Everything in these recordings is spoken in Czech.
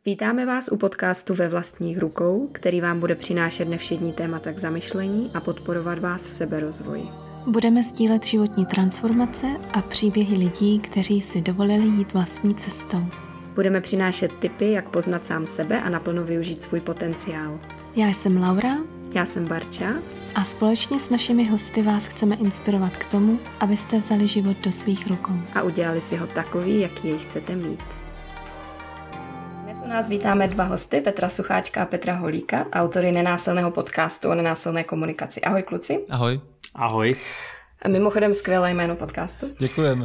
Vítáme vás u podcastu Ve vlastních rukou, který vám bude přinášet nevšední témata k zamyšlení a podporovat vás v seberozvoji. Budeme sdílet životní transformace a příběhy lidí, kteří si dovolili jít vlastní cestou. Budeme přinášet tipy, jak poznat sám sebe a naplno využít svůj potenciál. Já jsem Laura. Já jsem Barča. A společně s našimi hosty vás chceme inspirovat k tomu, abyste vzali život do svých rukou. A udělali si ho takový, jaký jej chcete mít. Dnes u nás vítáme dva hosty, Petra Sucháčka a Petra Holíka, autory nenásilného podcastu o nenásilné komunikaci. Ahoj kluci. Ahoj. Ahoj. A mimochodem skvělé jméno podcastu. Děkujeme.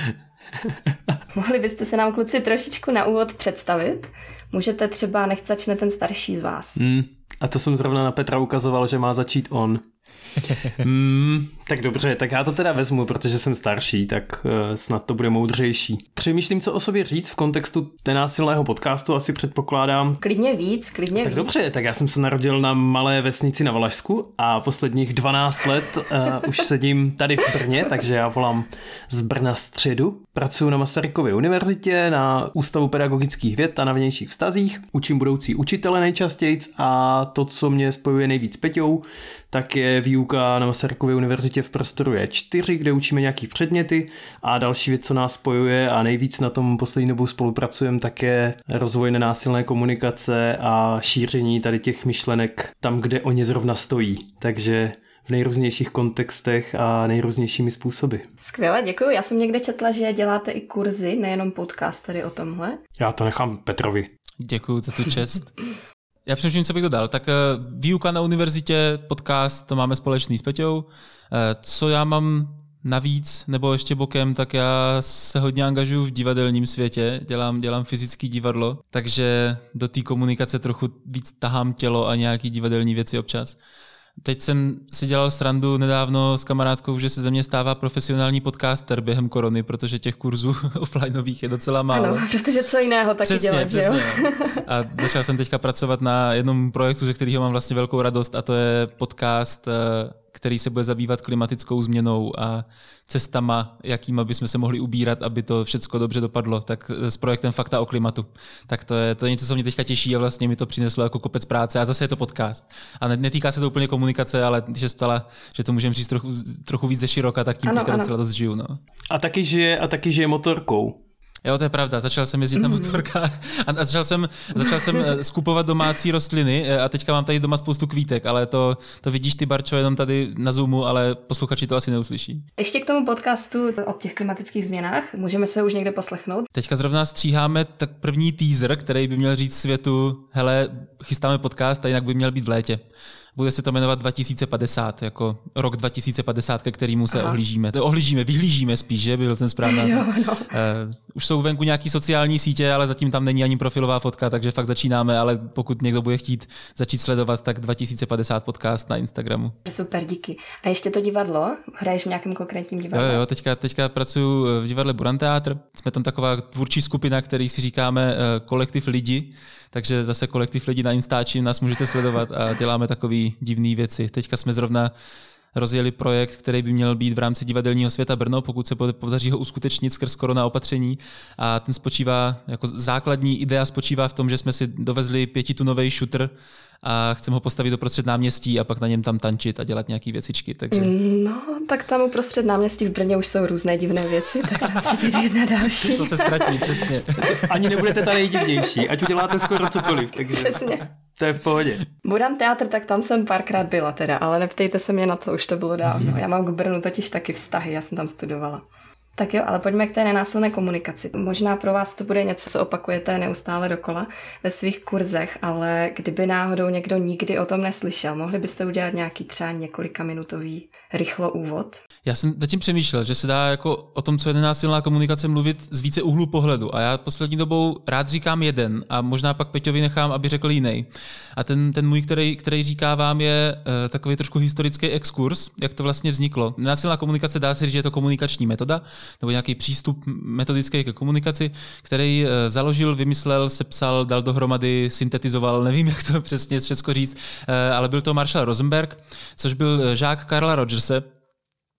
Mohli byste se nám kluci trošičku na úvod představit? Můžete třeba, nechť začne ten starší z vás. A to jsem zrovna na Petra ukazoval, že má začít on. Tak dobře, tak já to teda vezmu, protože jsem starší, tak snad to bude moudřejší. Přemýšlím, co o sobě říct v kontextu nenásilného podcastu, asi předpokládám. Klidně víc. Tak dobře, tak já jsem se narodil na malé vesnici na Valašsku a posledních 12 let už sedím tady v Brně, takže já volám z Brna středu. Pracuji na Masarykově univerzitě, na Ústavu pedagogických věd a na vnějších vztazích. Učím budoucí učitele nejčastějc a to, co mě spojuje nejvíc s Peťou, tak je výuka na Masarykově univerzitě v prostoru E4, kde učíme nějaký předměty a další věc, co nás spojuje a nejvíc na tom poslední dobou spolupracujeme, tak je rozvoj nenásilné komunikace a šíření tady těch myšlenek tam, kde oni zrovna stojí. Takže v nejrůznějších kontextech a nejrůznějšími způsoby. Skvěle, děkuji. Já jsem někde četla, že děláte i kurzy, nejenom podcast tady o tomhle. Já to nechám Petrovi. Děkuji za tu čest. Já přemýšlím, co bych dodal. Tak výuka na univerzitě, podcast, to máme společný s Peťou. Co já mám navíc, nebo ještě bokem, tak já se hodně angažuju v divadelním světě, dělám fyzické divadlo, takže do té komunikace trochu víc tahám tělo a nějaký divadelní věci občas. Teď jsem si dělal srandu nedávno s kamarádkou, že se ze mě stává profesionální podcaster během korony, protože těch kurzů offlineových je docela málo. Ano, protože co jiného taky dělat, že jo? A začal jsem teďka pracovat na jednom projektu, ze kterého mám vlastně velkou radost, a to je podcast, který se bude zabývat klimatickou změnou a cestama, jakýma bychom se mohli ubírat, aby to všecko dobře dopadlo, tak s projektem Fakta o klimatu. Tak to je něco, co mě teďka těší a vlastně mi to přineslo jako kopec práce a zase je to podcast. A netýká se to úplně komunikace, ale když se stala, že to můžeme říct trochu víc ze široka, tak tím teďka docela dost žiju. No. A taky žije motorkou. Jo, to je pravda. Začal jsem jezdit na motorkách a začal jsem skupovat domácí rostliny a teďka mám tady doma spoustu kvítek, ale to vidíš ty, Barčo, jenom tady na Zoomu, ale posluchači to asi neuslyší. Ještě k tomu podcastu o těch klimatických změnách, můžeme se už někde poslechnout? Teďka zrovna stříháme tak první teaser, který by měl říct světu, hele, chystáme podcast a jinak by měl být v létě. Bude se to jmenovat 2050, jako rok 2050, ke kterému se vyhlížíme spíš, že byl ten správný. Už jsou venku nějaký sociální sítě, ale zatím tam není ani profilová fotka, takže fakt začínáme, ale pokud někdo bude chtít začít sledovat, tak 2050 podcast na Instagramu. Super, díky. A ještě to divadlo? Hraješ v nějakém konkrétním divadle? Jo, teďka pracuji v divadle Buranteátr. Jsme tam taková tvůrčí skupina, který si říkáme kolektiv lidi, takže zase kolektiv lidí na Instači nás můžete sledovat a děláme takový divný věci. Teďka jsme zrovna rozjeli projekt, který by měl být v rámci divadelního světa Brno, pokud se podaří ho uskutečnit skrz korona opatření. A ten spočívá, jako základní idea spočívá v tom, že jsme si dovezli 5tunový šutr a chceme ho postavit doprostřed náměstí a pak na něm tam tančit a dělat nějaký věcičky. Takže... No, tak tam uprostřed náměstí v Brně už jsou různé divné věci, tak nám přijde jedna další. To se ztratí, přesně. Ani nebudete ta nejdivnější, ať uděláte skoro cokoliv. Takže... Přesně. To je v pohodě. Buranteátr, tak tam jsem párkrát byla teda, ale neptejte se mě na to, už to bylo dávno. Já mám k Brnu totiž taky vztahy, já jsem tam studovala. Tak jo, ale pojďme k té nenásilné komunikaci. Možná pro vás to bude něco, co opakujete neustále dokola ve svých kurzech, ale kdyby náhodou někdo nikdy o tom neslyšel, mohli byste udělat nějaký třeba několikaminutový rychlo úvod? Já jsem nad tím přemýšlel, že se dá jako o tom, co je nenásilná komunikace, mluvit z více úhlů pohledu. A já poslední dobou rád říkám jeden a možná pak Peťovi nechám, aby řekl jiný. A ten můj, který říkávám, je takový trošku historický exkurs, jak to vlastně vzniklo. Nenásilná komunikace, dá se říct, že je to komunikační metoda, nebo nějaký přístup metodický ke komunikaci, který založil, vymyslel, sepsal, dal dohromady, syntetizoval, nevím, jak to přesně všechno říct, ale byl to Marshall Rosenberg, což byl žák Karla Rogerse,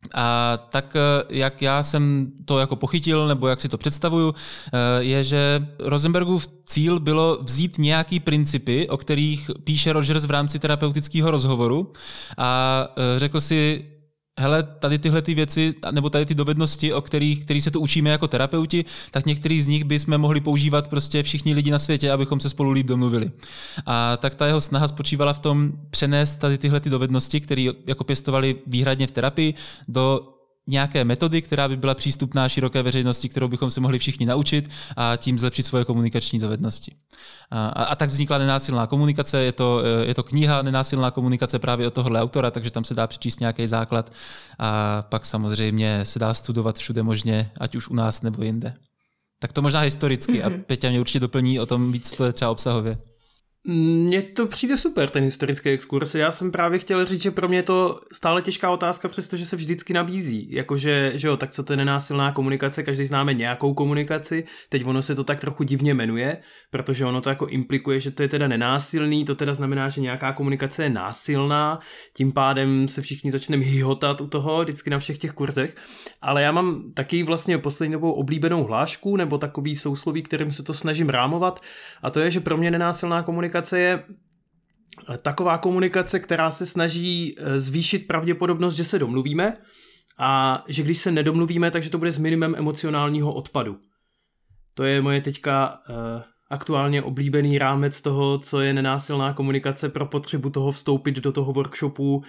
A tak, jak já jsem to jako pochytil, nebo jak si to představuju, je, že Rosenbergův cíl bylo vzít nějaký principy, o kterých píše Rogers v rámci terapeutického rozhovoru a řekl si, hele, tady tyhle ty věci, nebo tady ty dovednosti, o kterých se tu učíme jako terapeuti, tak některý z nich bychom mohli používat prostě všichni lidi na světě, abychom se spolu líp domluvili. A tak ta jeho snaha spočívala v tom přenést tady tyhle ty dovednosti, které jako pěstovali výhradně v terapii, do nějaké metody, která by byla přístupná široké veřejnosti, kterou bychom se mohli všichni naučit a tím zlepšit svoje komunikační dovednosti. A tak vznikla Nenásilná komunikace, je to kniha Nenásilná komunikace právě od tohohle autora, takže tam se dá přečíst nějaký základ a pak samozřejmě se dá studovat všude možně, ať už u nás nebo jinde. Tak to možná historicky a Peťa mě určitě doplní o tom víc, co to je třeba obsahově. Mně to přijde super, ten historický exkurs. Já jsem právě chtěl říct, že pro mě je to stále těžká otázka, přestože se vždycky nabízí. Jakože, že jo, tak co to je nenásilná komunikace, každý známe nějakou komunikaci, teď ono se to tak trochu divně jmenuje, protože ono to jako implikuje, že to je teda nenásilný, to teda znamená, že nějaká komunikace je násilná, tím pádem se všichni začneme hihotat u toho, vždycky na všech těch kurzech, ale já mám taky vlastně poslední dobou oblíbenou hlášku, nebo takový sousloví, kterým se to snažím rámovat, a to je, že pro mě nenásilná komunikace je taková komunikace, která se snaží zvýšit pravděpodobnost, že se domluvíme a že když se nedomluvíme, takže to bude s minimem emocionálního odpadu. To je moje teďka aktuálně oblíbený rámec toho, co je nenásilná komunikace pro potřebu toho vstoupit do toho workshopu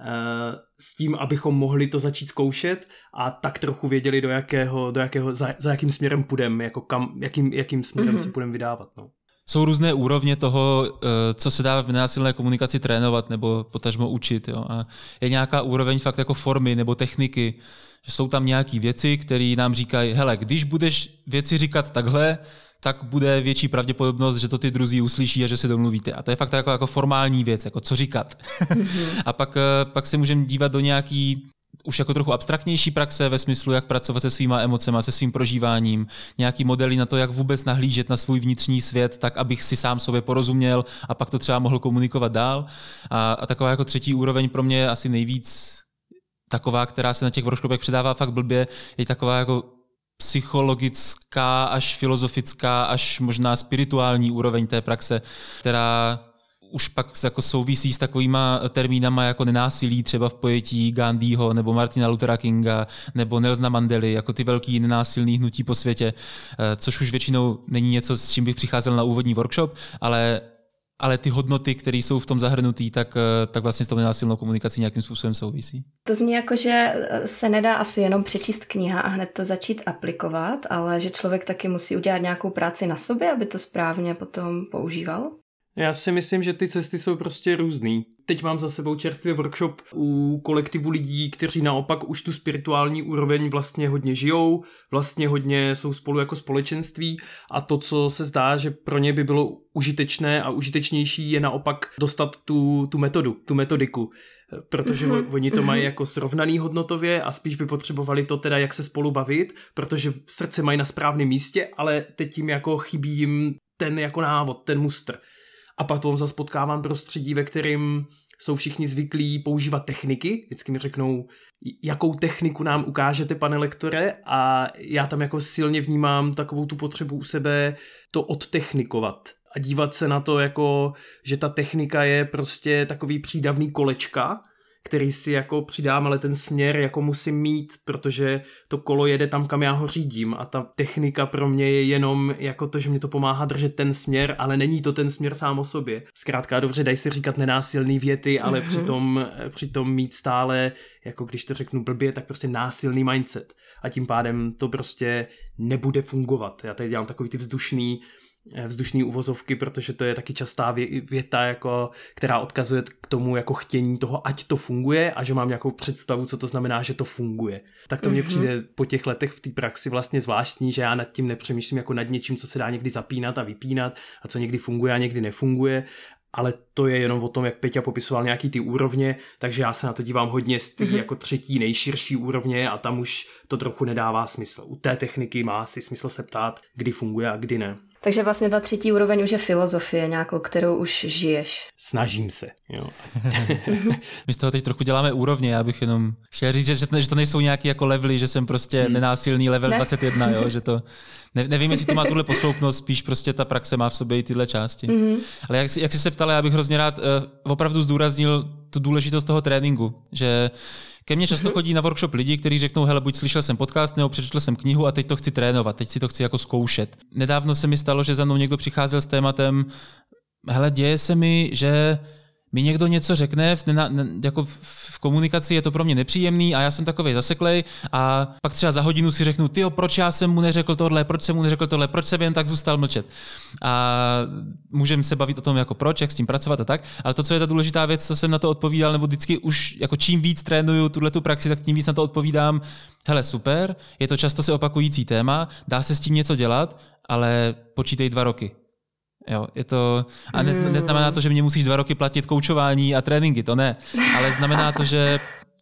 s tím, abychom mohli to začít zkoušet a tak trochu věděli, za jakým směrem půjdeme, jako jakým směrem se půjdeme vydávat. No. Jsou různé úrovně toho, co se dá v nenásilné komunikaci trénovat nebo potažmo učit. Jo? A je nějaká úroveň fakt jako formy nebo techniky, že jsou tam nějaké věci, které nám říkají, hele, když budeš věci říkat takhle, tak bude větší pravděpodobnost, že to ty druzí uslyší a že se domluvíte. A to je fakt jako formální věc, jako co říkat. A pak se můžeme dívat do nějaký už jako trochu abstraktnější praxe ve smyslu, jak pracovat se svýma emocema, se svým prožíváním, nějaký modely na to, jak vůbec nahlížet na svůj vnitřní svět, tak abych si sám sobě porozuměl a pak to třeba mohl komunikovat dál. A taková jako třetí úroveň pro mě je asi nejvíc taková, která se na těch workshopech předává fakt blbě, je taková jako psychologická až filozofická až možná spirituální úroveň té praxe, která už pak jako souvisí s takovýma termínama jako nenásilí třeba v pojetí Gandhiho nebo Martina Luthera Kinga nebo Nelsona Mandely, jako ty velký nenásilný hnutí po světě, což už většinou není něco, s čím bych přicházel na úvodní workshop, ale ty hodnoty, které jsou v tom zahrnutý, tak vlastně s tou nenásilnou komunikací nějakým způsobem souvisí. To zní jako, že se nedá asi jenom přečíst kniha a hned to začít aplikovat, ale že člověk taky musí udělat nějakou práci na sobě, aby to správně potom používal. Já si myslím, že ty cesty jsou prostě různý. Teď mám za sebou čerstvě workshop u kolektivu lidí, kteří naopak už tu spirituální úroveň vlastně hodně žijou, vlastně hodně jsou spolu jako společenství a to, co se zdá, že pro ně by bylo užitečné a užitečnější, je naopak dostat tu metodiku. Protože oni to mají jako srovnaný hodnotově a spíš by potřebovali to teda, jak se spolu bavit, protože v srdce mají na správném místě, ale teď jim jako chybí jim ten jako návod, ten mustr. A pak tomu zase potkávám prostředí, ve kterém jsou všichni zvyklí používat techniky. Vždycky mi řeknou, jakou techniku nám ukážete, pane lektore, a já tam jako silně vnímám takovou tu potřebu u sebe to odtechnikovat a dívat se na to jako, že ta technika je prostě takový přídavný kolečka, který si jako přidám, ale ten směr jako musím mít, protože to kolo jede tam, kam já ho řídím a ta technika pro mě je jenom jako to, že mě to pomáhá držet ten směr, ale není to ten směr sám o sobě. Zkrátka dobře, dají se říkat nenásilný věty, ale přitom mít stále, jako když to řeknu blbě, tak prostě násilný mindset a tím pádem to prostě nebude fungovat. Já tady dělám takový ty vzdušný uvozovky, protože to je taky častá věta, jako, která odkazuje k tomu jako chtění toho, ať to funguje a že mám nějakou představu, co to znamená, že to funguje. Tak to mně přijde po těch letech v té praxi vlastně zvláštní, že já nad tím nepřemýšlím jako nad něčím, co se dá někdy zapínat a vypínat a co někdy funguje a někdy nefunguje, ale to je jenom o tom, jak Peťa popisoval nějaký ty úrovně, takže já se na to dívám hodně z té jako třetí nejširší úrovně a tam už to trochu nedává smysl. U té techniky má asi smysl se ptát, kdy funguje a kdy ne. Takže vlastně ta třetí úroveň už je filozofie nějakou, kterou už žiješ. Snažím se, jo. My z toho teď trochu děláme úrovně, já bych jenom chtěl říct, že to nejsou nějaký jako levely, že jsem prostě nenásilný level 21, jo, že to nevím, jestli to má tuhle posloupnost, spíš prostě ta praxe má v sobě i tyhle části. Ale jak jsi se ptala, já bych hrozně rád opravdu zdůraznil tu důležitost toho tréninku, že ke mně často chodí na workshop lidi, kteří řeknou, hele, buď slyšel jsem podcast, nebo přečetl jsem knihu a teď to chci trénovat, teď si to chci jako zkoušet. Nedávno se mi stalo, že za mnou někdo přicházel s tématem, hele, děje se mi, že mi někdo něco řekne, jako v komunikaci je to pro mě nepříjemný a já jsem takovej zaseklej a pak třeba za hodinu si řeknu, tyjo, proč já jsem mu neřekl tohle, proč jsem jen tak zůstal mlčet. A můžeme se bavit o tom, jako proč, jak s tím pracovat a tak, ale to, co je ta důležitá věc, co jsem na to odpovídal, nebo vždycky už jako čím víc trénuju tuhletu praxi, tak tím víc na to odpovídám, hele, super, je to často se opakující téma, dá se s tím něco dělat, ale počítej 2 roky. Jo, je to, a neznamená to, že mě musíš 2 roky platit koučování a tréninky, to ne, ale znamená to, že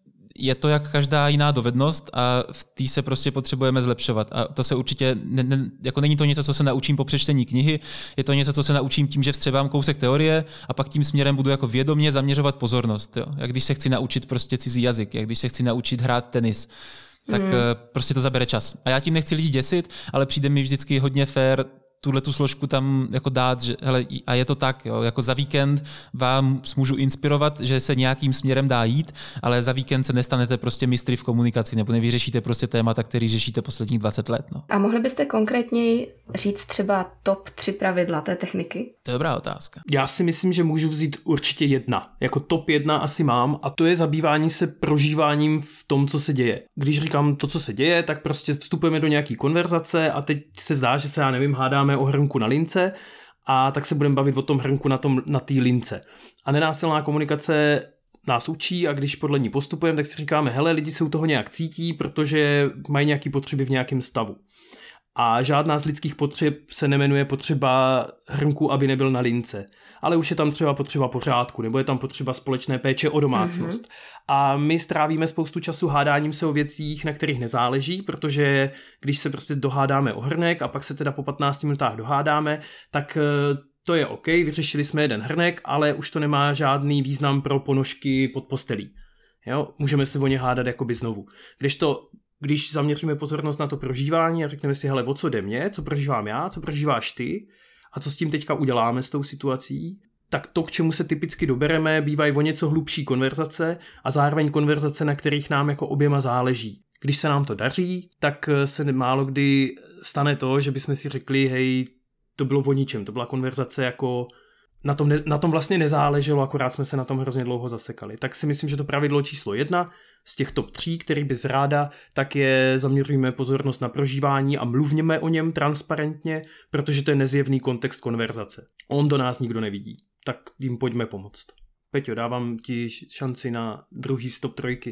je to jak každá jiná dovednost a v té se prostě potřebujeme zlepšovat. A to se určitě, jako není to něco, co se naučím po přečtení knihy, je to něco, co se naučím tím, že vstřebám kousek teorie a pak tím směrem budu jako vědomě zaměřovat pozornost. Jo. Jak když se chci naučit prostě cizí jazyk, jak když se chci naučit hrát tenis, tak prostě to zabere čas. A já tím nechci lidi děsit, ale přijde mi vždycky hodně fér tu složku tam jako dát, že hele, a je to tak, jo, jako za víkend vám můžu inspirovat, že se nějakým směrem dá jít, ale za víkend se nestanete prostě mistry v komunikaci nebo nevyřešíte prostě témata, který řešíte posledních 20 let. No. A mohli byste konkrétněji říct třeba top 3 pravidla té techniky? To je dobrá otázka. Já si myslím, že můžu vzít určitě 1. Jako top 1 asi mám a to je zabývání se prožíváním v tom, co se děje. Když říkám to, co se děje, tak prostě vstupujeme do nějaký konverzace a teď se zdá, že se, já nevím, hádáme o hrnku na lince a tak se budeme bavit o tom hrnku na té lince. A nenásilná komunikace nás učí a když podle ní postupujeme, tak si říkáme, hele, lidi se u toho nějak cítí, protože mají nějaké potřeby v nějakém stavu. A žádná z lidských potřeb se nemenuje potřeba hrnku, aby nebyl na lince. Ale už je tam třeba potřeba pořádku, nebo je tam potřeba společné péče o domácnost. A my strávíme spoustu času hádáním se o věcích, na kterých nezáleží, protože když se prostě dohádáme o hrnek a pak se teda po 15 minutách dohádáme, tak to je OK, vyřešili jsme jeden hrnek, ale už to nemá žádný význam pro ponožky pod postelí. Jo? Můžeme se o ně hádat jakoby znovu. Když zaměříme pozornost na to prožívání a řekneme si, hele, o co jde mě, co prožívám já, co prožíváš ty a co s tím teďka uděláme s tou situací, tak to, k čemu se typicky dobereme, bývají o něco hlubší konverzace a zároveň konverzace, na kterých nám jako oběma záleží. Když se nám to daří, tak se málo kdy stane to, že bychom si řekli, hej, to bylo o ničem, to byla konverzace jako na tom vlastně nezáleželo, akorát jsme se na tom hrozně dlouho zasekali. Tak si myslím, že to pravidlo číslo 1 z těch top 3, který bys ráda, tak je zaměřujeme pozornost na prožívání a mluvněme o něm transparentně, protože to je nezjevný kontext konverzace. On do nás nikdo nevidí. Tak jim pojďme pomoct. Peťo, dávám ti šanci na druhý z top 3.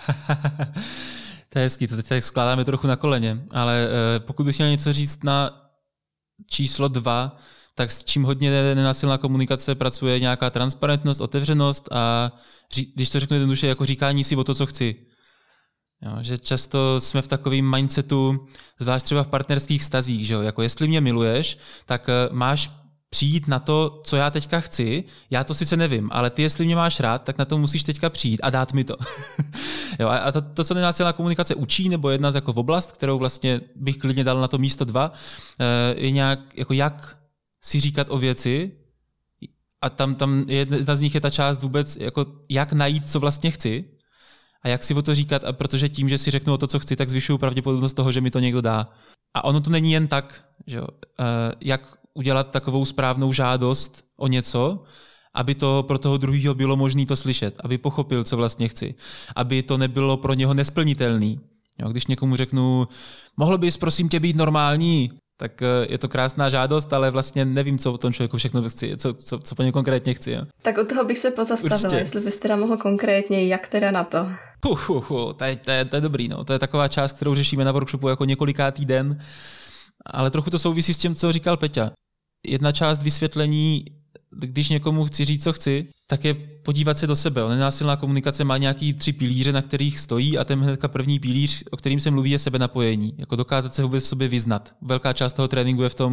To je hezký, to teď tak skládáme trochu na koleně, ale pokud bych měl něco říct na číslo 2, tak s čím hodně nenásilná komunikace pracuje nějaká transparentnost, otevřenost a když to řeknu jednoduše, jako říkání si o to, co chci. Jo, že často jsme v takovém mindsetu, zvlášť třeba v partnerských vztazích, že jo, jako jestli mě miluješ, tak máš přijít na to, co já teďka chci, já to sice nevím, ale ty, jestli mě máš rád, tak na to musíš teďka přijít a dát mi to. Jo, a to, co nenásilná komunikace učí, nebo jedna jako v oblast, kterou vlastně bych klidně dal na to místo 2, je nějak, jako jak si říkat o věci a tam jedna z nich je ta část vůbec, jako jak najít, co vlastně chci a jak si o to říkat, a protože tím, že si řeknu o to, co chci, tak zvyšuju pravděpodobnost toho, že mi to někdo dá. A ono to není jen tak, že jo, jak udělat takovou správnou žádost o něco, aby to pro toho druhého bylo možné to slyšet, aby pochopil, co vlastně chci, aby to nebylo pro něho nesplnitelný. Jo, když někomu řeknu, mohl bys prosím tě být normální, tak je to krásná žádost, ale vlastně nevím, co o tom člověku všechno chci, co po něm konkrétně chci. Jo. Tak u toho bych se pozastavila, určitě. Jestli bys teda mohl konkrétně, jak teda na to. To je dobrý, no. To je taková část, kterou řešíme na workshopu jako několikátý den, ale trochu to souvisí s tím, co říkal Peťa. Jedna část vysvětlení, když někomu chci říct, co chci, tak je podívat se do sebe. Nenásilná komunikace má nějaký 3 pilíře, na kterých stojí, a ten hnedka první pilíř, o kterým se mluví, je sebenapojení. Jako dokázat se vůbec v sobě vyznat. Velká část toho tréninku je v tom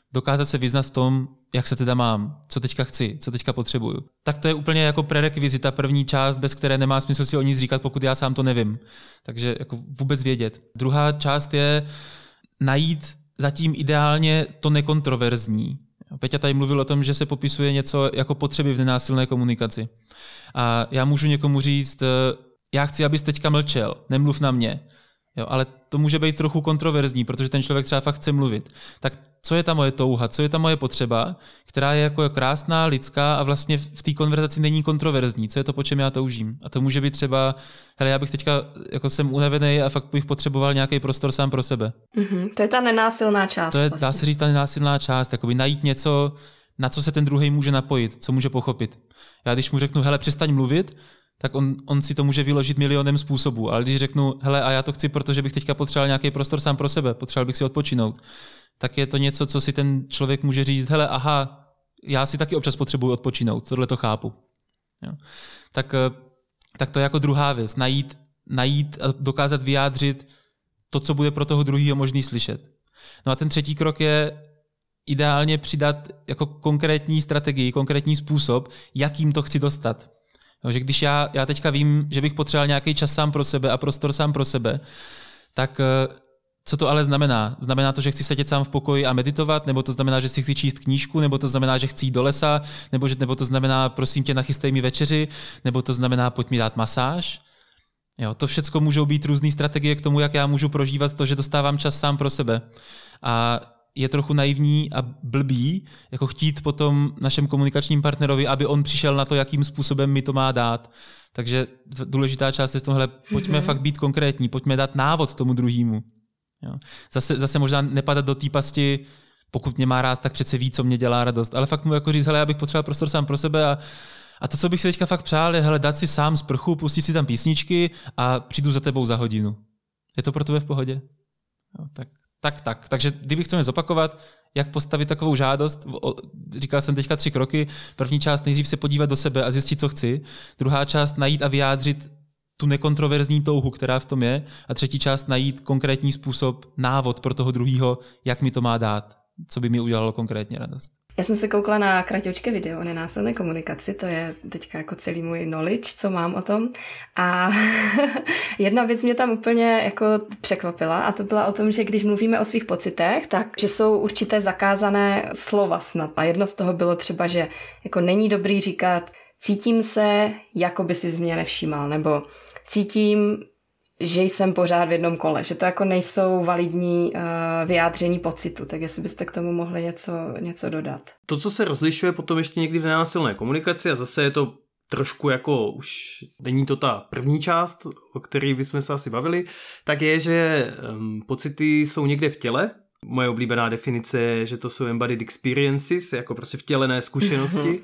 dokázat se vyznat v tom, jak se teda mám, co teďka chci, co teďka potřebuju. Tak to je úplně jako prerekvizita, první část, bez které nemá smysl si o nic říkat, pokud já sám to nevím. Takže jako vůbec vědět. Druhá část je najít zatím ideálně to nekontroverzní. Peťa tady mluvil o tom, že se popisuje něco jako potřeby v nenásilné komunikaci. A já můžu někomu říct, já chci, abys teďka mlčel, nemluv na mě. Jo, ale to může být trochu kontroverzní, protože ten člověk třeba fakt chce mluvit. Tak co je ta moje touha, co je ta moje potřeba, která je jako krásná, lidská a vlastně v té konverzaci není kontroverzní. Co je to, po čem já toužím? A to může být třeba, hele, já bych teďka jako jsem unavený a fakt bych potřeboval nějaký prostor sám pro sebe. To je ta nenásilná část. To je, vlastně. Dá se říct, ta nenásilná část, jakoby najít něco, na co se ten druhý může napojit, co může pochopit. Já když mu řeknu, hele, přestaň mluvit, tak on si to může vyložit milionem způsobů. Ale když řeknu, hele, a já to chci, protože bych teďka potřeboval nějaký prostor sám pro sebe, potřeboval bych si odpočinout, tak je to něco, co si ten člověk může říct, hele, aha, já si taky občas potřebuji odpočinout, tohle to chápu. Jo. Tak to je jako druhá věc, najít a dokázat vyjádřit to, co bude pro toho druhého možný slyšet. No a ten třetí krok je ideálně přidat jako konkrétní strategii, konkrétní způsob, jakým to chci dostat. No, že když já teďka vím, že bych potřeboval nějaký čas sám pro sebe a prostor sám pro sebe, tak co to ale znamená? Znamená to, že chci sedět sám v pokoji a meditovat, nebo to znamená, že si chci číst knížku, nebo to znamená, že chci jít do lesa, nebo to znamená, prosím tě, nachystej mi večeři, nebo to znamená, pojď mi dát masáž. Jo, to všecko můžou být různé strategie k tomu, jak já můžu prožívat to, že dostávám čas sám pro sebe. A je trochu naivní a blbý, jako chtít potom našem komunikačním partnerovi, aby on přišel na to, jakým způsobem mi to má dát. Takže důležitá část je v tomhle, pojďme fakt být konkrétní, pojďme dát návod tomu druhému. Jo. Zase možná nepadat do té pasti, pokud mě má rád, tak přece ví, co mě dělá radost. Ale fakt mu jako říct, hele, já bych potřeboval prostor sám pro sebe a to, co bych si teďka fakt přál, je hele, dát si sám sprchu, pustit si tam písničky a přijdu za tebou za hodinu. Je to pro tebe v pohodě? Jo, tak. Takže kdybych to zopakovat, jak postavit takovou žádost, říkal jsem teďka 3 kroky. První část nejdřív se podívat do sebe a zjistit, co chci. Druhá část najít a vyjádřit tu nekontroverzní touhu, která v tom je. A třetí část najít konkrétní způsob, návod pro toho druhýho, jak mi to má dát. Co by mi udělalo konkrétně radost. Já jsem se koukla na kratoučké video o nenásilné komunikaci, to je teďka jako celý můj knowledge, co mám o tom. A jedna věc mě tam úplně jako překvapila a to byla o tom, že když mluvíme o svých pocitech, tak že jsou určité zakázané slova snad. A jedno z toho bylo třeba, že jako není dobrý říkat cítím se, jako by si z mě nevšímal, nebo cítím, že jsem pořád v jednom kole, že to jako nejsou validní vyjádření pocitu, tak jestli byste k tomu mohli něco dodat. To, co se rozlišuje potom ještě někdy v nenásilné komunikaci a zase je to trošku jako už není to ta první část, o které bychom se asi bavili, tak je, že pocity jsou někde v těle. Moje oblíbená definice je, že to jsou embodied experiences, jako prostě vtělené zkušenosti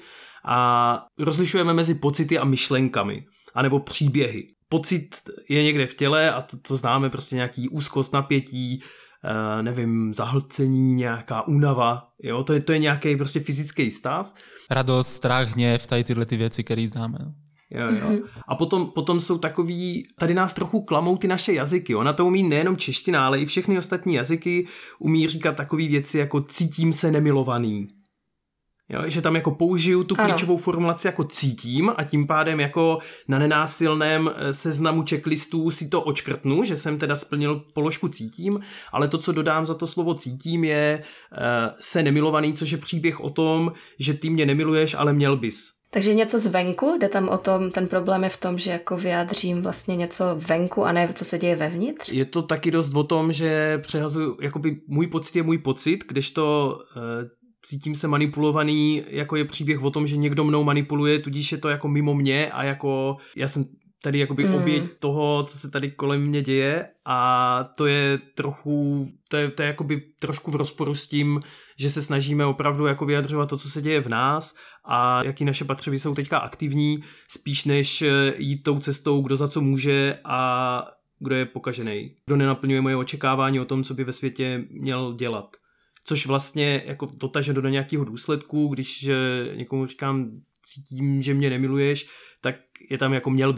a rozlišujeme mezi pocity a myšlenkami, anebo příběhy. Pocit je někde v těle a to známe prostě nějaký úzkost, napětí, nevím, zahlcení, nějaká únava, jo, to je nějaký prostě fyzický stav. Radost, strach, hněv, tady tyhle ty věci, které známe. Jo. A potom jsou takový, tady nás trochu klamou ty naše jazyky, ona to umí nejenom čeština, ale i všechny ostatní jazyky umí říkat takové věci jako cítím se nemilovaný. Jo, že tam jako použiju tu klíčovou formulaci jako cítím a tím pádem jako na nenásilném seznamu checklistů si to očkrtnu, že jsem teda splnil položku cítím, ale to, co dodám za to slovo cítím je se nemilovaný, což je příběh o tom, že ty mě nemiluješ, ale měl bys. Takže něco zvenku, jde tam o tom, ten problém je v tom, že jako vyjádřím vlastně něco venku a ne co se děje vevnitř? Je to taky dost o tom, že přehazuju, jakoby můj pocit je můj pocit, kdežto cítím se manipulovaný, jako je příběh o tom, že někdo mnou manipuluje, tudíž je to jako mimo mě a jako já jsem tady jakoby oběť toho, co se tady kolem mě děje a to je trochu, to je jakoby trošku v rozporu s tím, že se snažíme opravdu jako vyjadřovat to, co se děje v nás a jaký naše potřeby jsou teďka aktivní, spíš než jít tou cestou, kdo za co může a kdo je pokažený. Kdo nenaplňuje moje očekávání o tom, co by ve světě měl dělat. Což vlastně jako dotaženo do nějakého důsledku, když někomu říkám cítím, že mě nemiluješ, tak je tam jako měl bys.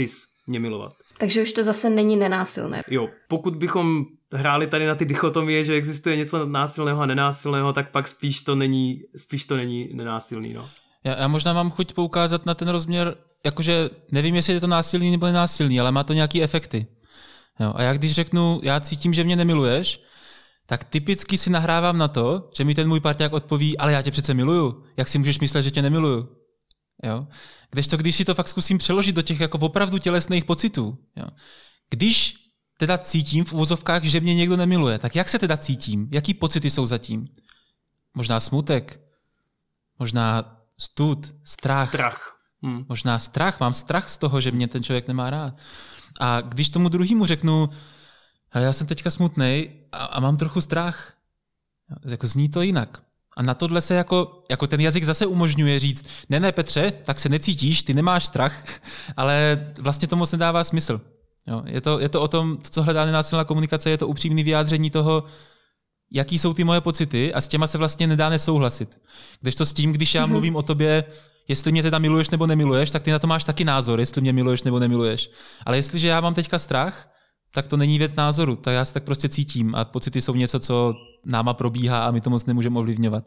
mě milovat. Takže už to zase není nenásilné. Jo, pokud bychom hráli tady na ty dichotomie, že existuje něco násilného a nenásilného, tak pak spíš to není nenásilný, no. Já možná mám chuť poukázat na ten rozměr, jakože nevím, jestli je to násilný nebo nenásilný, ale má to nějaký efekty. Jo, a já když řeknu, já cítím, že mě nemiluješ, tak typicky si nahrávám na to, že mi ten můj parťák odpoví, ale já tě přece miluju, jak si můžeš myslet, že tě nemiluju. Jo? Kdežto, když si to fakt zkusím přeložit do těch jako opravdu tělesných pocitů, jo? Když teda cítím v uvozovkách, že mě někdo nemiluje, tak jak se teda cítím? Jaký pocity jsou zatím? Možná smutek, možná stud, strach. Možná strach, mám strach z toho, že mě ten člověk nemá rád. A když tomu druhému řeknu, ale já jsem teďka smutnej a mám trochu strach, jako zní to jinak. A na tohle se jako ten jazyk zase umožňuje říct, ne Petře, tak se necítíš, ty nemáš strach, ale vlastně to moc nedává smysl. Jo, je to o tom, to, co hledá nenásilná komunikace, je to upřímné vyjádření toho, jaký jsou ty moje pocity a s těma se vlastně nedá nesouhlasit. Kdežto s tím, když já mluvím o tobě, jestli mě teda miluješ nebo nemiluješ, tak ty na to máš taky názor, jestli mě miluješ nebo nemiluješ. Ale jestliže já mám teďka strach, tak to není věc názoru, tak já se tak prostě cítím a pocity jsou něco, co náma probíhá a my to moc nemůžeme ovlivňovat.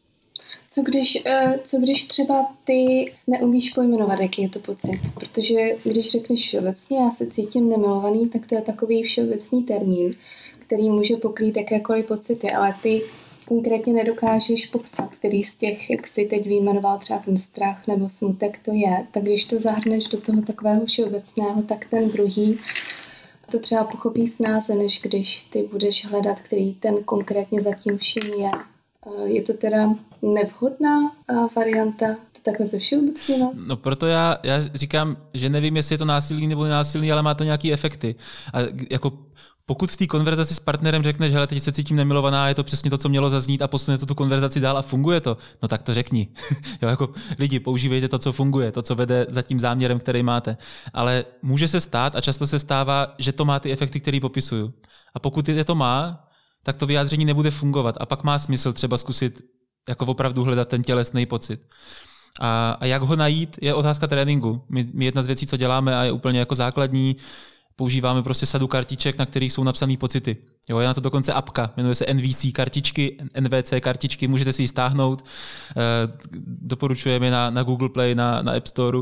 Co když třeba ty neumíš pojmenovat, jaký je to pocit? Protože když řekneš všeobecně, já se cítím nemilovaný, tak to je takový všeobecný termín, který může pokrýt jakékoliv pocity, ale ty konkrétně nedokážeš popsat, který z těch, jak jsi teď vyjmenoval třeba ten strach nebo smutek to je, tak když to zahrneš do toho takového všeobecného, tak ten druhý to třeba pochopí snáze, než když ty budeš hledat, který ten konkrétně zatím vším je. Je to teda nevhodná varianta to takhle ze všeobecně? No proto já říkám, že nevím, jestli je to násilný nebo nenásilný, ale má to nějaký efekty. A jako pokud v té konverzaci s partnerem řekneš, hele, teď se cítím nemilovaná, je to přesně to, co mělo zaznít a posune to tu konverzaci dál a funguje to, no tak to řekni. Jo, jako lidi, používejte to, co funguje, to, co vede za tím záměrem, který máte. Ale může se stát a často se stává, že to má ty efekty, které popisuju. A pokud je to má, tak to vyjádření nebude fungovat a pak má smysl třeba zkusit jako opravdu hledat ten tělesný pocit. A jak ho najít, je otázka tréninku. My jedna z věcí, co děláme a je úplně jako základní, používáme prostě sadu kartiček, na kterých jsou napsané pocity. Jo, je na to dokonce apka, jmenuje se NVC kartičky, NVC kartičky, můžete si ji stáhnout, doporučujeme na Google Play, na App Store.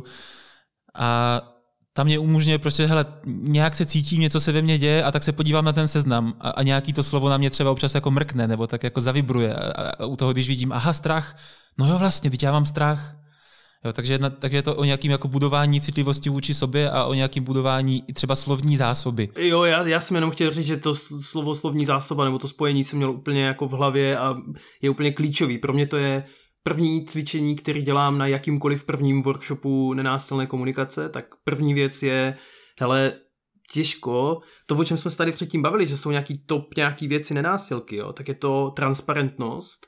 A tam mě umožňuje prostě, hele, nějak se cítím, něco se ve mně děje a tak se podívám na ten seznam a nějaký to slovo na mě třeba občas jako mrkne nebo tak jako zavibruje a u toho, když vidím, aha, strach, no jo vlastně, teď já mám strach. Jo, takže je to o nějakým jako budování citlivosti vůči sobě a o nějakým budování i třeba slovní zásoby. Jo, já jsem jenom chtěl říct, že to slovo slovní zásoba nebo to spojení jsem měl úplně jako v hlavě a je úplně klíčový. Pro mě to je první cvičení, který dělám na jakýmkoliv prvním workshopu nenásilné komunikace, tak první věc je, hele, těžko, to, o čem jsme se tady předtím bavili, že jsou nějaký věci nenásilky, jo, tak je to transparentnost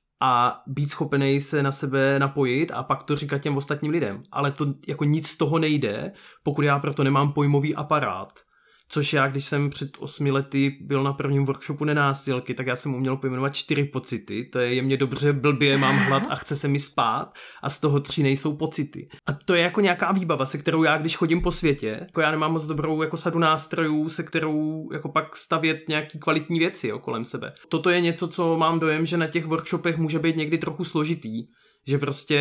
a být schopený se na sebe napojit a pak to říkat těm ostatním lidem. Ale to jako nic z toho nejde, pokud já proto nemám pojmový aparát. Což já, když jsem před 8 lety byl na prvním workshopu nenásilky, tak já jsem uměl pojmenovat 4 pocity. To je mě dobře, blbě, mám hlad a chce se mi spát a z toho 3 nejsou pocity. A to je jako nějaká výbava, se kterou já, když chodím po světě, jako já nemám moc dobrou jako sadu nástrojů, se kterou jako pak stavět nějaký kvalitní věci kolem sebe. Toto je něco, co mám dojem, že na těch workshopech může být někdy trochu složitý, že prostě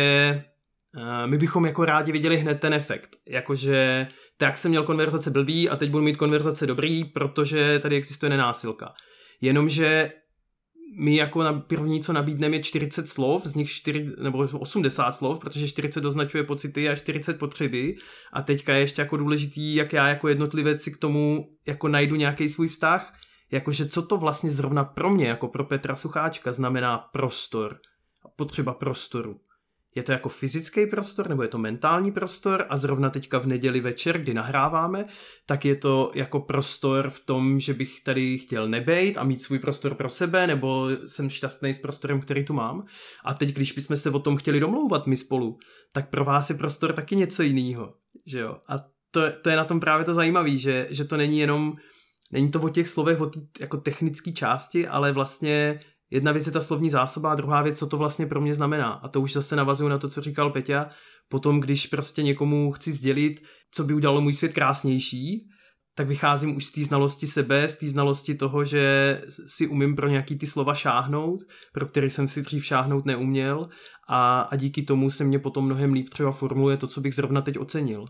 my bychom jako rádi viděli hned ten efekt. Jakože tak jsem měl konverzace blbý a teď budu mít konverzace dobrý, protože tady existuje nenásilka. Jenomže my jako na první, co nabídneme, je 40 slov, z nich 80 slov, protože 40 označuje pocity a 40 potřeby. A teďka je ještě jako důležitý, jak já jako jednotlivec si k tomu jako najdu nějaký svůj vztah. Jakože co to vlastně zrovna pro mě, jako pro Petra Sucháčka, znamená prostor a potřeba prostoru. Je to jako fyzický prostor, nebo je to mentální prostor a zrovna teďka v neděli večer, kdy nahráváme, tak je to jako prostor v tom, že bych tady chtěl nebejt a mít svůj prostor pro sebe, nebo jsem šťastný s prostorem, který tu mám. A teď, když bychom se o tom chtěli domlouvat my spolu, tak pro vás je prostor taky něco jiného, že jo? A to je na tom právě to zajímavé, že to není jenom, není to o těch slovech, o té jako technické části, ale vlastně Jedna věc je ta slovní zásoba a druhá věc, co to vlastně pro mě znamená. A to už zase navazuju na to, co říkal Peťa. Potom, když prostě někomu chci sdělit, co by udělalo můj svět krásnější, tak vycházím už z té znalosti sebe, z té znalosti toho, že si umím pro nějaký ty slova šáhnout, pro který jsem si dřív šáhnout neuměl a díky tomu se mě potom mnohem líp třeba formuluje to, co bych zrovna teď ocenil.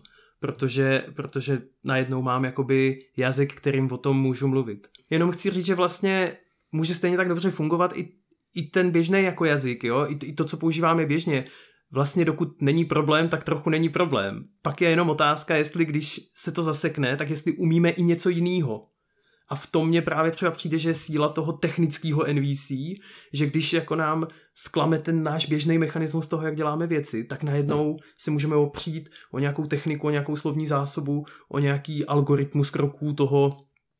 Protože najednou mám jakoby jazyk, kterým o tom můžu mluvit. Jenom chci říct, že vlastně může stejně tak dobře fungovat i ten běžný jako jazyk, jo? I to, co používáme běžně. Vlastně dokud není problém, tak trochu není problém. Pak je jenom otázka, jestli když se to zasekne, tak jestli umíme i něco jiného. A v tom mě právě třeba přijde, že je síla toho technického NVC, že když jako nám zklame ten náš běžný mechanismus toho, jak děláme věci, tak najednou se můžeme opřít o nějakou techniku, o nějakou slovní zásobu, o nějaký algoritmus kroků toho,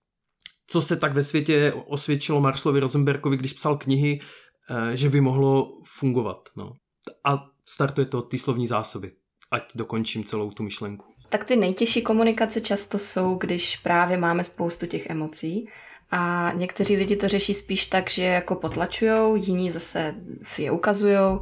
co se tak ve světě osvědčilo Marshallovi Rosenbergovi, když psal knihy, že by mohlo fungovat. No. A startuje to od té slovní zásoby. Ať dokončím celou tu myšlenku. Tak ty nejtěžší komunikace často jsou, když právě máme spoustu těch emocí a někteří lidi to řeší spíš tak, že jako potlačujou, jiní zase je ukazujou,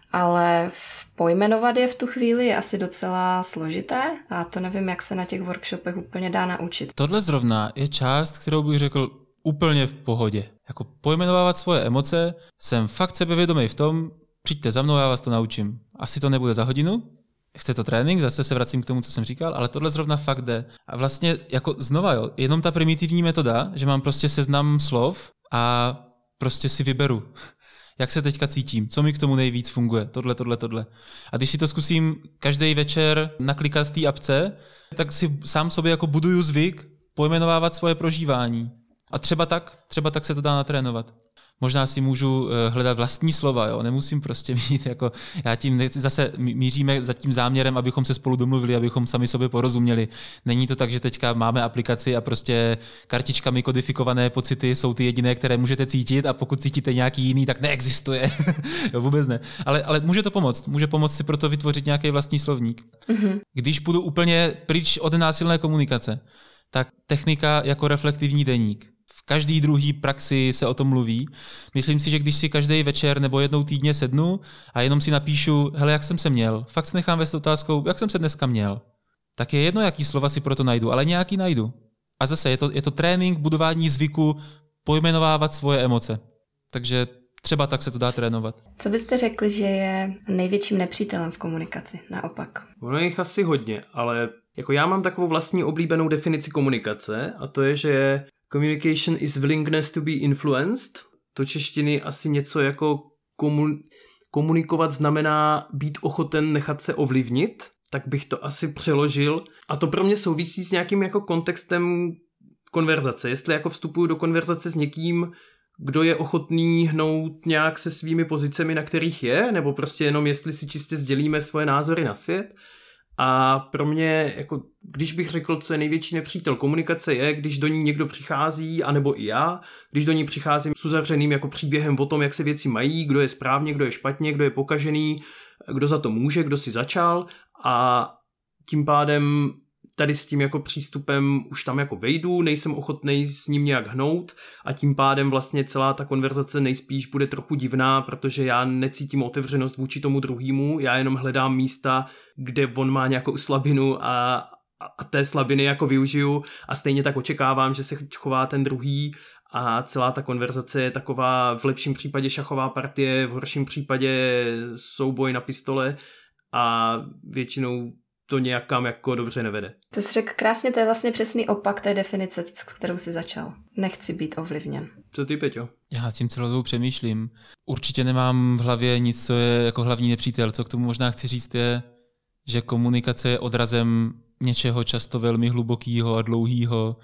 ale pojmenovat je v tu chvíli je asi docela složité a to nevím, jak se na těch workshopech úplně dá naučit. Tohle zrovna je část, kterou bych řekl úplně v pohodě. Jako pojmenovávat svoje emoce, jsem fakt sebevědomý v tom, přijďte za mnou, já vás to naučím. Asi to nebude za hodinu, chce to trénink, zase se vracím k tomu, co jsem říkal, ale tohle zrovna fakt jde. A vlastně jako znova, jo, jenom ta primitivní metoda, že mám prostě seznam slov a prostě si vyberu, jak se teďka cítím, co mi k tomu nejvíc funguje, tohle. A když si to zkusím každý večer naklikat v té apce, tak si sám sobě jako buduju zvyk pojmenovávat svoje prožívání. A třeba tak se to dá natrénovat. Možná si můžu hledat vlastní slova, jo? Nemusím prostě mít jako, já tím nechci, zase míříme za tím záměrem, abychom se spolu domluvili, abychom sami sobě porozuměli. Není to tak, že teďka máme aplikaci a prostě kartičkami kodifikované pocity jsou ty jediné, které můžete cítit a pokud cítíte nějaký jiný, tak neexistuje. Jo, vůbec ne. Ale může to pomoct. Může pomoct si proto vytvořit nějaký vlastní slovník. Mm-hmm. Když půjdu úplně pryč od násilné komunikace, tak technika jako reflektivní deník. V každý druhý praxi se o tom mluví. Myslím si, že když si každý večer nebo jednou týdně sednu a jenom si napíšu, hele, jak jsem se měl, fakt se nechám vést otázkou, jak jsem se dneska měl, tak je jedno, jaký slova si proto najdu, ale nějaký najdu. A zase je to trénink, budování zvyku, pojmenovávat svoje emoce. Takže třeba tak se to dá trénovat. Co byste řekli, že je největším nepřítelem v komunikaci, naopak? Ono je jich asi hodně, ale jako já mám takovou vlastní oblíbenou definici komunikace a to je, že communication is willingness to be influenced. To češtiny asi něco jako komunikovat znamená být ochoten nechat se ovlivnit, tak bych to asi přeložil. A to pro mě souvisí s nějakým jako kontextem konverzace. Jestli jako vstupuju do konverzace s někým, kdo je ochotný hnout nějak se svými pozicemi, na kterých je, nebo prostě jenom jestli si čistě sdělíme svoje názory na svět. A pro mě, jako, když bych řekl, co je největší nepřítel komunikace je, když do ní někdo přichází, anebo i já, když do ní přicházím s uzavřeným jako příběhem o tom, jak se věci mají, kdo je správně, kdo je špatně, kdo je pokažený, kdo za to může, kdo si začal a tím pádem tady s tím jako přístupem už tam jako vejdu, nejsem ochotnej s ním nějak hnout a tím pádem vlastně celá ta konverzace nejspíš bude trochu divná, protože já necítím otevřenost vůči tomu druhému, já jenom hledám místa, kde on má nějakou slabinu a té slabiny jako využiju a stejně tak očekávám, že se chová ten druhý a celá ta konverzace je taková v lepším případě šachová partie, v horším případě souboj na pistole a většinou to nějakam jako dobře nevede. To jsi řekl krásně, to je vlastně přesný opak té definice, s kterou jsi začal. Nechci být ovlivněn. Co ty, Peťo? Já tím celou dobu přemýšlím. Určitě nemám v hlavě nic, co je jako hlavní nepřítel. Co k tomu možná chci říct je, že komunikace je odrazem něčeho často velmi hlubokého a dlouhého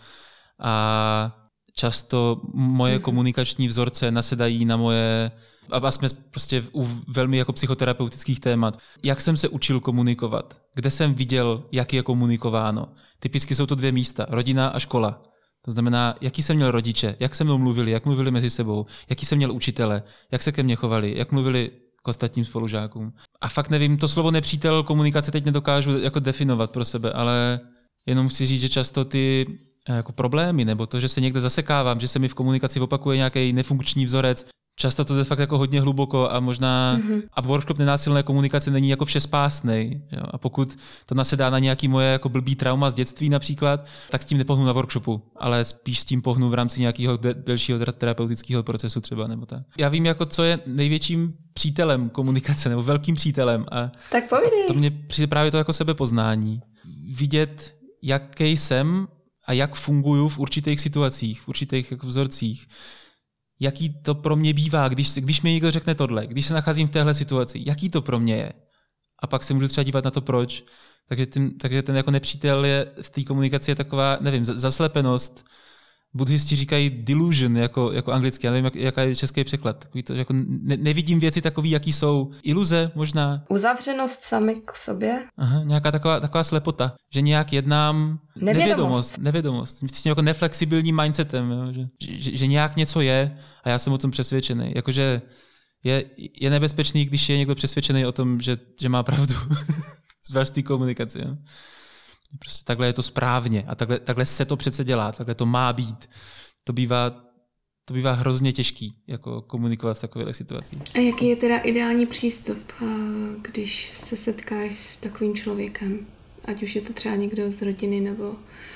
a často moje komunikační vzorce nasedají na moje, a jsme prostě u velmi jako psychoterapeutických témat. Jak jsem se učil komunikovat? Kde jsem viděl, jak je komunikováno? Typicky jsou to 2 místa, rodina a škola. To znamená, jaký jsem měl rodiče, jak se mnou mluvili, jak mluvili mezi sebou, jaký jsem měl učitele, jak se ke mně chovali, jak mluvili k ostatním spolužákům. A fakt nevím, to slovo nepřítel komunikace teď nedokážu jako definovat pro sebe, ale jenom chci říct, že často ty jako problémy, nebo to, že se někde zasekávám, že se mi v komunikaci opakuje nějaký nefunkční vzorec, Často to je fakt jako hodně hluboko a možná a workshop nenásilné komunikace není jako všespásnej. Jo? A pokud to nasedá na nějaký moje jako blbý trauma z dětství například, tak s tím nepohnu na workshopu, ale spíš s tím pohnu v rámci nějakého delšího terapeutického procesu třeba nebo tak. Já vím, jako co je největším přítelem komunikace nebo velkým přítelem a tak povídej. To mě přijde právě to jako sebepoznání. Vidět, jaký jsem a jak funguju v určitých situacích, v určitých jako vzorcích. Jaký to pro mě bývá, když mi někdo řekne tohle, když se nacházím v téhle situaci, jaký to pro mě je. A pak se můžu třeba dívat na to, proč. Takže ten jako nepřítel je v té komunikaci je taková, nevím, zaslepenost. Buddhisti říkají delusion jako anglicky, já nevím, jaká je český překlad. Takový to, že jako nevidím věci takový, jaký jsou. Iluze možná. Uzavřenost sami k sobě. Aha, nějaká taková slepota, že nějak jednám. Nevědomost. S tím jako neflexibilním mindsetem, jo? Že nějak něco je a já jsem o tom přesvědčený. Jakože je nebezpečný, když je někdo přesvědčený o tom, že má pravdu. Zvlášť té komunikaci. Jo? Prostě takhle je to správně a takhle se to přece dělá, takhle to má být. To bývá hrozně těžký jako komunikovat v takových situacích. A jaký je teda ideální přístup, když se setkáš s takovým člověkem? Ať už je to třeba někdo z rodiny nebo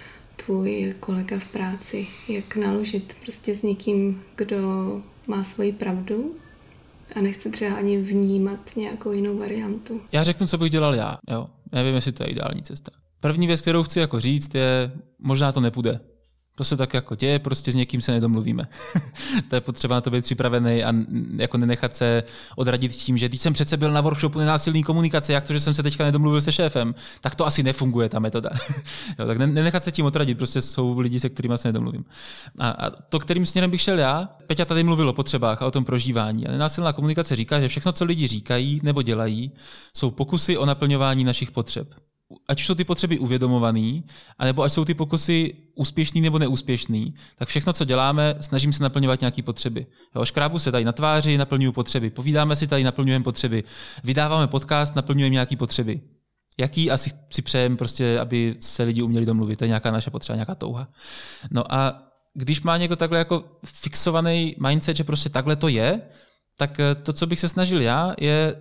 tvůj kolega v práci. Jak naložit prostě s někým, kdo má svoji pravdu a nechce třeba ani vnímat nějakou jinou variantu? Já řeknu, co bych dělal já. Jo? Nevím, jestli to je ideální cesta. První věc, kterou chci jako říct, je, možná to nepůjde. To se tak jako děje, prostě s někým se nedomluvíme. To je potřeba na to být připravený a jako nenechat se odradit tím, že když jsem přece byl na workshopu nenásilné komunikace, jak to, že jsem se teďka nedomluvil se šéfem, tak to asi nefunguje ta metoda. Jo, tak nenechat se tím odradit, prostě jsou lidi, se kterými se nedomluvím. A to, kterým směrem bych šel já, Peťa tady mluvil o potřebách a o tom prožívání. A nenásilná komunikace říká, že všechno, co lidi říkají nebo dělají, jsou pokusy o naplňování našich potřeb. Ať jsou ty potřeby uvědomovaný, anebo ať jsou ty pokusy úspěšný nebo neúspěšný, tak všechno, co děláme, snažím se naplňovat nějaké potřeby. Jo, škrábu se tady na tváři, naplňuju potřeby. Povídáme si tady, naplňujeme potřeby. Vydáváme podcast, naplňujeme nějaké potřeby. Jaký asi si přejeme, prostě, aby se lidi uměli domluvit. To je nějaká naše potřeba, nějaká touha. No a když má někdo takhle jako fixovaný mindset, že prostě takhle to je, tak to, co bych se snažil já, je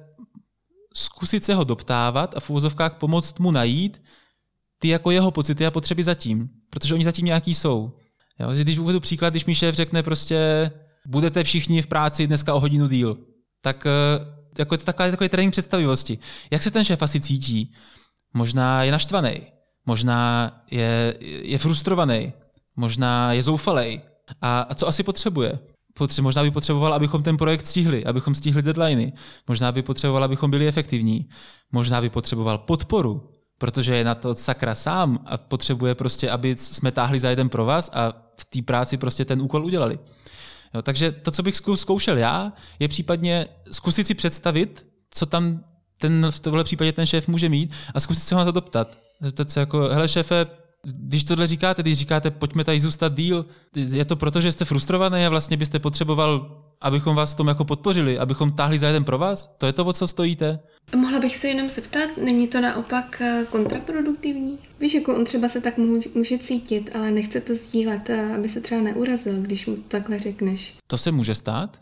zkusit se ho doptávat a v uvozovkách pomoct mu najít ty jako jeho pocity a potřeby zatím. Protože oni zatím nějaký jsou. Jo? Když uvedu příklad, když mi šéf řekne prostě budete všichni v práci dneska o hodinu díl, tak jako je to takový trénink představivosti. Jak se ten šéf asi cítí? Možná je naštvaný, možná je frustrovaný, možná je zoufalej. A co asi potřebuje? Možná by potřeboval, abychom ten projekt stihli, abychom stihli deadliny. Možná by potřeboval, abychom byli efektivní. Možná by potřeboval podporu, protože je na to sakra sám a potřebuje prostě, aby jsme táhli za jeden pro vás a v té práci prostě ten úkol udělali. Jo, takže to, co bych zkoušel já, je případně zkusit si představit, co tam v tomhle případě ten šéf může mít a zkusit se ho na to doptat. Zeptat se jako, hele šéfe, když tohle říkáte, když říkáte, pojďme tady zůstat díl, je to proto, že jste frustrovaný a vlastně byste potřeboval, abychom vás v tom jako podpořili, abychom táhli za jeden pro vás? To je to, o co stojíte? Mohla bych se jenom zeptat, není to naopak kontraproduktivní? Víš, jako on třeba se tak může cítit, ale nechce to sdílet, aby se třeba neurazil, když mu to takhle řekneš. To se může stát.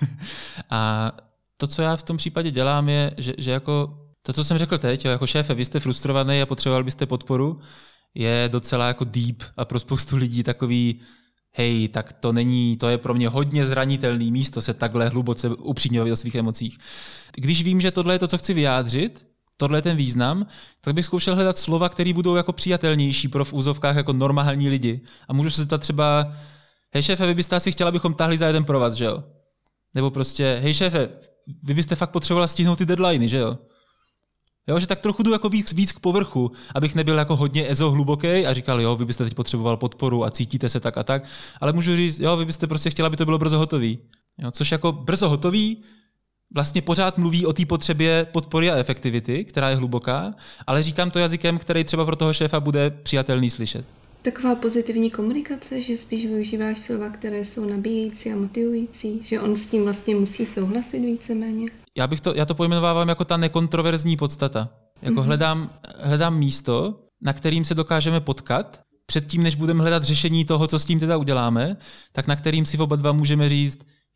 A to, co já v tom případě dělám, je, že jako to, co jsem řekl teď, jako šéfe, vy jste frustrovaný a potřeboval byste podporu, je docela jako deep a pro spoustu lidí takový, hej, tak to je pro mě hodně zranitelný místo se takhle hluboce upřímně bavit o svých emocích. Když vím, že tohle je to, co chci vyjádřit, tohle je ten význam, tak bych zkoušel hledat slova, které budou jako přijatelnější pro v úzovkách jako normální lidi. A můžu se zeptat třeba, hej šéfe, vy byste asi chtěla, abychom táhli za jeden pro vás, že jo? Nebo prostě, hej šéfe, vy byste fakt potřebovala stihnout ty deadliny, že jo? Jo, že tak trochu jdu jako víc k povrchu, abych nebyl jako hodně ezo hluboký a říkal, jo, vy byste teď potřeboval podporu a cítíte se tak a tak, ale můžu říct, jo, vy byste prostě chtěla, aby to bylo brzo hotový. Jo, což jako brzo hotový vlastně pořád mluví o té potřebě podpory a efektivity, která je hluboká, ale říkám to jazykem, který třeba pro toho šéfa bude přijatelný slyšet. Taková pozitivní komunikace, že spíš využíváš slova, které jsou nabíjející a motivující, že on s tím vlastně musí souhlasit víceméně. Já to pojmenovávám jako ta nekontroverzní podstata. Jako hledám místo, na kterým se dokážeme potkat, předtím, než budeme hledat řešení toho, co s tím teda uděláme, tak na kterým si oba dva můžeme říct,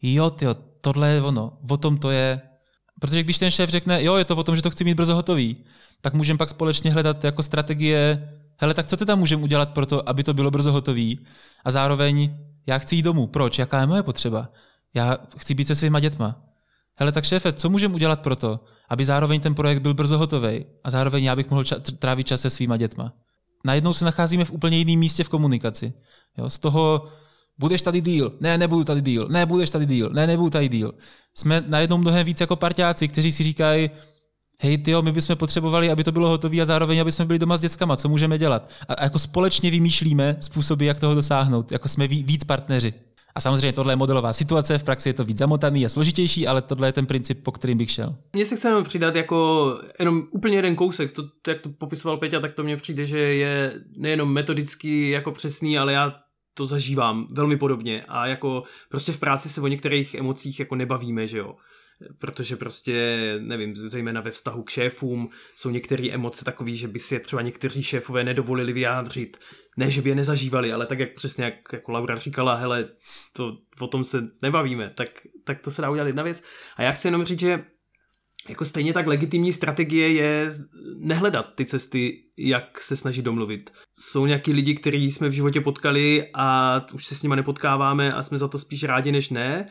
jo, tyjo, tohle je ono, o tom to je. Protože když ten šéf řekne, jo, je to o tom, že to chci mít brzo hotový, tak můžeme pak společně hledat jako strategie, hele, tak co ty tam můžeme udělat pro to, aby to bylo brzo hotový a zároveň já chci jít domů. Proč? Jaká je moje potřeba? Já chci být se svýma dětma. Hele, tak šéfe, co můžeme udělat pro to, aby zároveň ten projekt byl brzo hotový a zároveň já bych mohl trávit čas se svýma dětma. Najednou se nacházíme v úplně jiném místě v komunikaci. Jo, z toho budeš tady díl, ne, nebudu tady díl, ne, budeš tady díl, ne, nebudu tady díl. Jsme najednou mnohem víc jako parťáci, kteří si říkají, hej, tyjo, my bychom potřebovali, aby to bylo hotové a zároveň, aby jsme byli doma s dětskama, co můžeme dělat. A jako společně vymýšlíme způsoby, jak toho dosáhnout, jako jsme víc partneři. A samozřejmě tohle je modelová situace, v praxi je to víc zamotaný a složitější, ale tohle je ten princip, po kterým bych šel. Mně se chce jenom přidat jako jenom úplně jeden kousek, to, jak to popisoval Peťa, tak to mně přijde, že je nejenom metodicky jako přesný, ale já to zažívám velmi podobně a jako prostě v práci se o některých emocích jako nebavíme, že jo. Protože prostě, nevím, zejména ve vztahu k šéfům jsou některé emoce takové, že by si je třeba někteří šéfové nedovolili vyjádřit. Ne, že by je nezažívali, ale tak jak přesně jak jako Laura říkala, hele, to, o tom se nebavíme, tak to se dá udělat jedna věc. A já chci jenom říct, že jako stejně tak legitimní strategie je nehledat ty cesty, jak se snažit domluvit. Jsou nějaký lidi, který jsme v životě potkali a už se s nima nepotkáváme a jsme za to spíš rádi než ne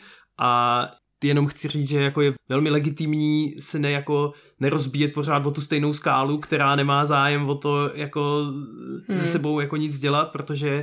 a jenom chci říct, že jako je velmi legitimní se nerozbíjet pořád o tu stejnou skálu, která nemá zájem o to jako se sebou jako nic dělat, protože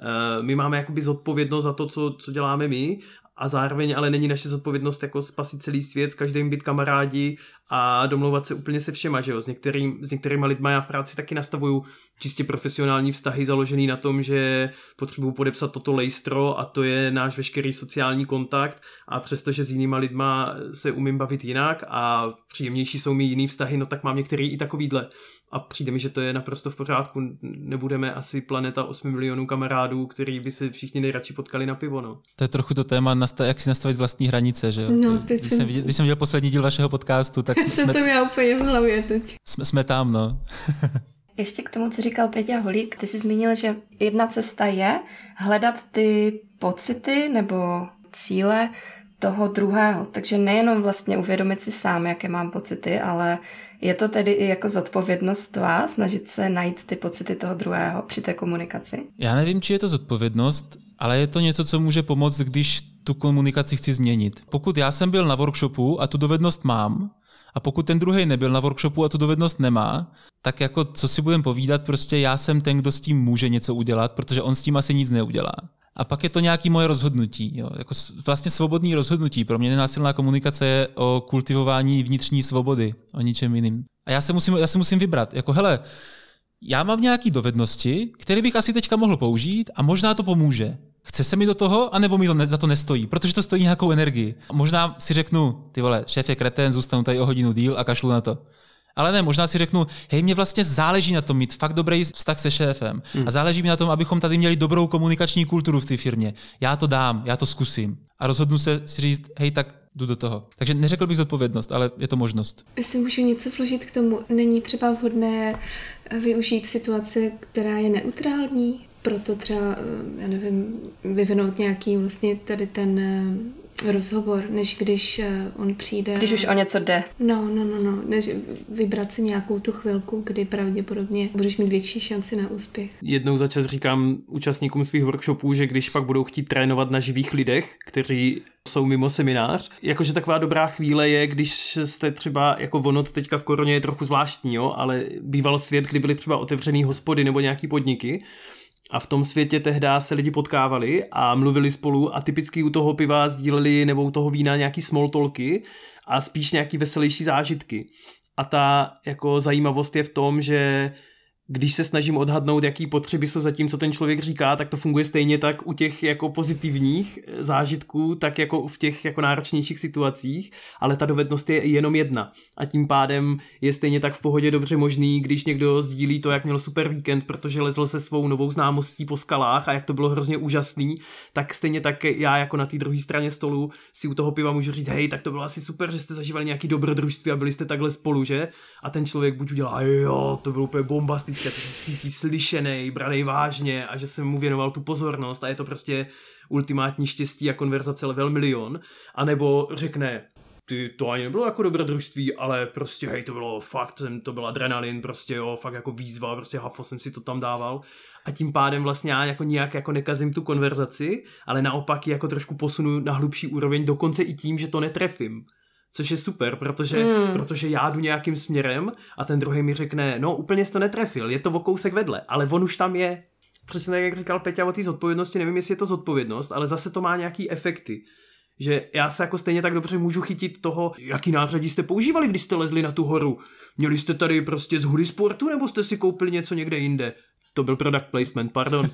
my máme jakoby zodpovědnost za to, co děláme my a zároveň ale není naše zodpovědnost jako spasit celý svět, s každým být kamarádi a domlouvat se úplně se všema, že jo. S některýma lidma já v práci taky nastavuju čistě profesionální vztahy založený na tom, že potřebuju podepsat toto lejstro a to je náš veškerý sociální kontakt a přestože s jinýma lidma se umím bavit jinak a příjemnější jsou mi jiný vztahy, no tak mám některý i takovýhle. A přijde mi, že to je naprosto v pořádku. Nebudeme asi planeta 8 milionů kamarádů, který by se všichni nejradši potkali na pivo. No. To je trochu to téma, jak si nastavit vlastní hranice. Že jo? No, když jsem viděl poslední díl vašeho podcastu, tak jsme to já úplně v hlavě teď. Jsme tam, no. Ještě k tomu, co říkal Peťa Holík, ty jsi zmínil, že jedna cesta je hledat ty pocity nebo cíle toho druhého. Takže nejenom vlastně uvědomit si sám, jaké mám pocity, ale je to tedy i jako zodpovědnost vás, snažit se najít ty pocity toho druhého při té komunikaci? Já nevím, či je to zodpovědnost, ale je to něco, co může pomoct, když tu komunikaci chci změnit. Pokud já jsem byl na workshopu a tu dovednost mám, a pokud ten druhý nebyl na workshopu a tu dovednost nemá, tak jako co si budem povídat, prostě já jsem ten, kdo s tím může něco udělat, protože on s tím asi nic neudělá. A pak je to nějaké moje rozhodnutí. Jo. Jako vlastně svobodný rozhodnutí. Pro mě nenásilná komunikace je o kultivování vnitřní svobody, o ničem jiným. A já se musím vybrat. Jako hele, já mám nějaké dovednosti, které bych asi teďka mohl použít a možná to pomůže. Chce se mi do toho, anebo mi to za to nestojí, protože to stojí nějakou energii. A možná si řeknu, ty vole, šéf je kretén, zůstanu tady o hodinu díl a kašlu na to. Ale ne, možná si řeknu, hej, mě vlastně záleží na tom mít fakt dobrý vztah se šéfem. A záleží mi na tom, abychom tady měli dobrou komunikační kulturu v té firmě. Já to dám, já to zkusím. A rozhodnu se si říct, hej, tak jdu do toho. Takže neřekl bych zodpovědnost, ale je to možnost. Jestli můžu něco vložit k tomu, není třeba vhodné využít situace, která je neutrální? Proto třeba, já nevím, vyvinout nějaký vlastně tady ten rozhovor, než když on přijde. Když už o něco jde. No, než vybrat si nějakou tu chvilku, kdy pravděpodobně budeš mít větší šanci na úspěch. Jednou za čas říkám účastníkům svých workshopů, že když pak budou chtít trénovat na živých lidech, kteří jsou mimo seminář, jakože taková dobrá chvíle je, když jste třeba, jako ono teďka v koroně je trochu zvláštní, jo, ale býval svět, kdy byly třeba otevřený hospody nebo nějaký podniky. A v tom světě tehdy se lidi potkávali a mluvili spolu a typicky u toho piva sdíleli nebo u toho vína nějaký small talky a spíš nějaký veselější zážitky. A ta jako zajímavost je v tom, že když se snažím odhadnout, jaký potřeby jsou za tím, co ten člověk říká, tak to funguje stejně tak u těch jako pozitivních zážitků, tak jako v těch jako náročnějších situacích, ale ta dovednost je jenom jedna. A tím pádem je stejně tak v pohodě dobře možný, když někdo sdílí to, jak měl super víkend, protože lezl se svou novou známostí po skalách a jak to bylo hrozně úžasný, tak stejně tak já jako na té druhé straně stolu si u toho piva můžu říct, hej, tak to bylo asi super, že jste zažívali nějaký dobrodružství a byli jste takhle spolu, že? A ten člověk buď udělá, jo, to bylo úplně bombastický, fantastické, že se cítí slyšenej, branej vážně a že jsem mu věnoval tu pozornost a je to prostě ultimátní štěstí a konverzace level 1 000 000, anebo řekne, ty, to ani nebylo jako dobrodružství, ale prostě hej, to bylo fakt, to byl adrenalin, prostě jo, fakt jako výzva, prostě hafo jsem si to tam dával a tím pádem vlastně já jako nějak jako nekazím tu konverzaci, ale naopak ji jako trošku posunu na hlubší úroveň, dokonce i tím, že to netrefím. Což je super, protože já jdu nějakým směrem a ten druhý mi řekne, no úplně jsi to netrefil, je to o kousek vedle, ale on už tam je. Přesně tak, jak říkal Peťa o té zodpovědnosti, nevím, jestli je to zodpovědnost, ale zase to má nějaký efekty. Že já se jako stejně tak dobře můžu chytit toho, jaký nářadí jste používali, když jste lezli na tu horu. Měli jste tady prostě z Hudy Sportu, nebo jste si koupili něco někde jinde? To byl product placement, pardon.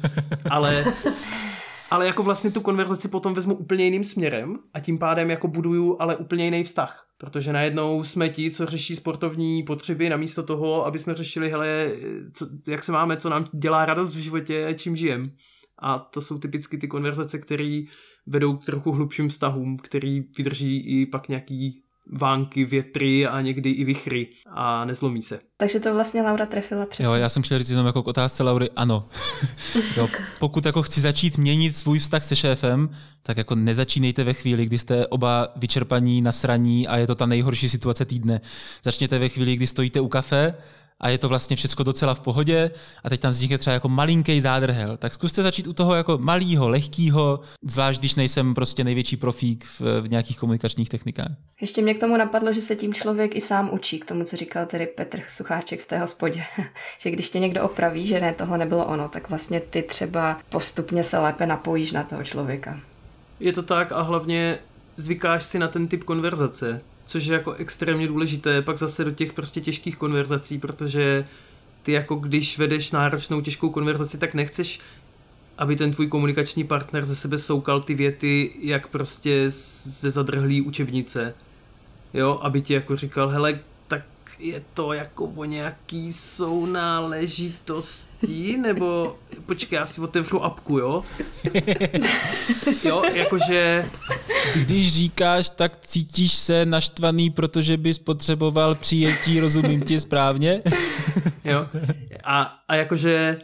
Ale jako vlastně tu konverzaci potom vezmu úplně jiným směrem a tím pádem jako buduju ale úplně jiný vztah. Protože najednou jsme ti, co řeší sportovní potřeby, namísto toho, aby jsme řešili, hele, jak se máme, co nám dělá radost v životě, čím žijem. A to jsou typicky ty konverzace, které vedou k trochu hlubším vztahům, který vydrží i pak nějaký vánky, větry a někdy i vichry a nezlomí se. Takže to vlastně Laura trefila přesně. Jo, já jsem chtěl říct jenom jako k otázce Laury, ano. Jo, pokud jako chci začít měnit svůj vztah se šéfem, tak jako nezačínejte ve chvíli, kdy jste oba vyčerpaní, nasraní a je to ta nejhorší situace týdne. Začněte ve chvíli, kdy stojíte u kafe a je to vlastně všechno docela v pohodě a teď tam vznikne třeba jako malinký zádrhel, tak zkuste začít u toho jako malýho, lehkýho, zvlášť když nejsem prostě největší profík v nějakých komunikačních technikách. Ještě mě k tomu napadlo, že se tím člověk i sám učí, k tomu, co říkal tedy Petr Sucháček v té hospodě, že když tě někdo opraví, že ne, tohle nebylo ono, tak vlastně ty třeba postupně se lépe napojíš na toho člověka. Je to tak a hlavně zvykáš si na ten typ konverzace, což je jako extrémně důležité pak zase do těch prostě těžkých konverzací, protože ty jako když vedeš náročnou těžkou konverzaci, tak nechceš, aby ten tvůj komunikační partner ze sebe soukal ty věty jak prostě ze zadrhlý učebnice. Jo, aby ti jako říkal, hele, tak je to jako o nějaký sounáležitosti, nebo počkej, já si otevřu apku, jo? Jo, jakože... Když říkáš, tak cítíš se naštvaný, protože bys potřeboval přijetí, rozumím ti správně? Jo, a jakože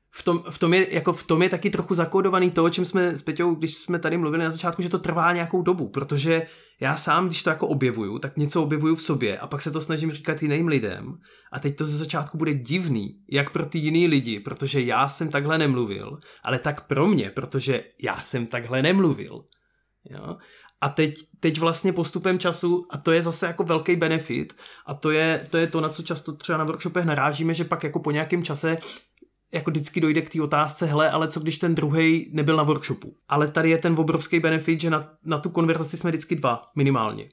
v tom je taky trochu zakódovaný to, o čem jsme s Peťou, když jsme tady mluvili na začátku, že to trvá nějakou dobu, protože já sám, když to jako objevuju, tak něco objevuju v sobě a pak se to snažím říkat jiným lidem a teď to ze začátku bude divný, jak pro ty jiný lidi, protože já jsem takhle nemluvil, ale tak pro mě, protože já jsem takhle nemluvil. Jo? A teď vlastně postupem času, a to je zase jako velký benefit, a to je to, na co často třeba na workshopech narážíme, že pak jako po nějakém čase jako vždycky dojde k té otázce, hele, ale co když ten druhej nebyl na workshopu. Ale tady je ten obrovský benefit, že na tu konverzaci jsme vždycky dva, minimálně.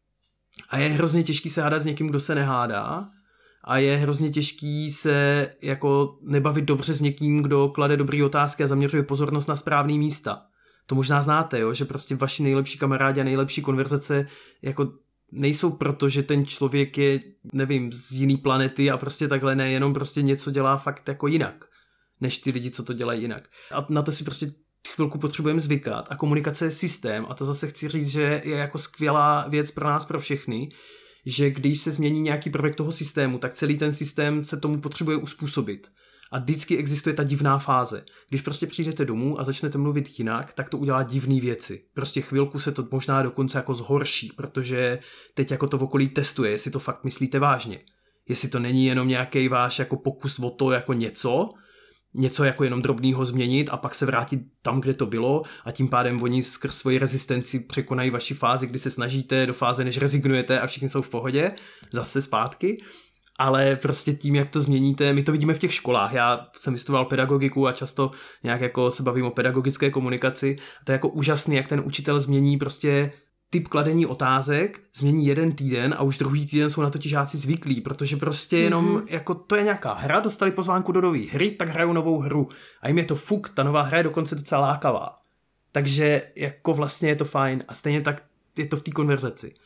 A je hrozně těžký se hádat s někým, kdo se nehádá, a je hrozně těžký se jako nebavit dobře s někým, kdo klade dobrý otázky a zaměřuje pozornost na správný místa. To možná znáte, jo? Že prostě vaši nejlepší kamarádi a nejlepší konverzace jako nejsou proto, že ten člověk je, nevím, z jiný planety a prostě takhle ne, jenom prostě něco dělá fakt jako jinak, než ty lidi, co to dělají jinak. A na to si prostě chvilku potřebujeme zvykat a komunikace je systém a to zase chci říct, že je jako skvělá věc pro nás, pro všechny, že když se změní nějaký prvek toho systému, tak celý ten systém se tomu potřebuje uspůsobit. A vždycky existuje ta divná fáze. Když prostě přijdete domů a začnete mluvit jinak, tak to udělá divné věci. Prostě chvilku se to možná dokonce jako zhorší, protože teď jako to v okolí testuje, jestli to fakt myslíte vážně. Jestli to není jenom nějaký váš jako pokus o to jako něco jako jenom drobnýho změnit a pak se vrátit tam, kde to bylo a tím pádem oni skrz svoji rezistenci překonají vaši fázi, kdy se snažíte do fáze, než rezignujete a všichni jsou v pohodě, zase zpátky. Ale prostě tím, jak to změníte, my to vidíme v těch školách. Já jsem vystudoval pedagogiku a často nějak jako se bavím o pedagogické komunikaci. To je jako úžasný, jak ten učitel změní prostě typ kladení otázek, změní jeden týden a už druhý týden jsou na to ti žáci zvyklí, protože prostě jenom jako to je nějaká hra, dostali pozvánku do nové hry, tak hrajou novou hru. A jim je to fuk, ta nová hra je dokonce docela lákavá. Takže jako vlastně je to fajn a stejně tak je to v té konverzaci.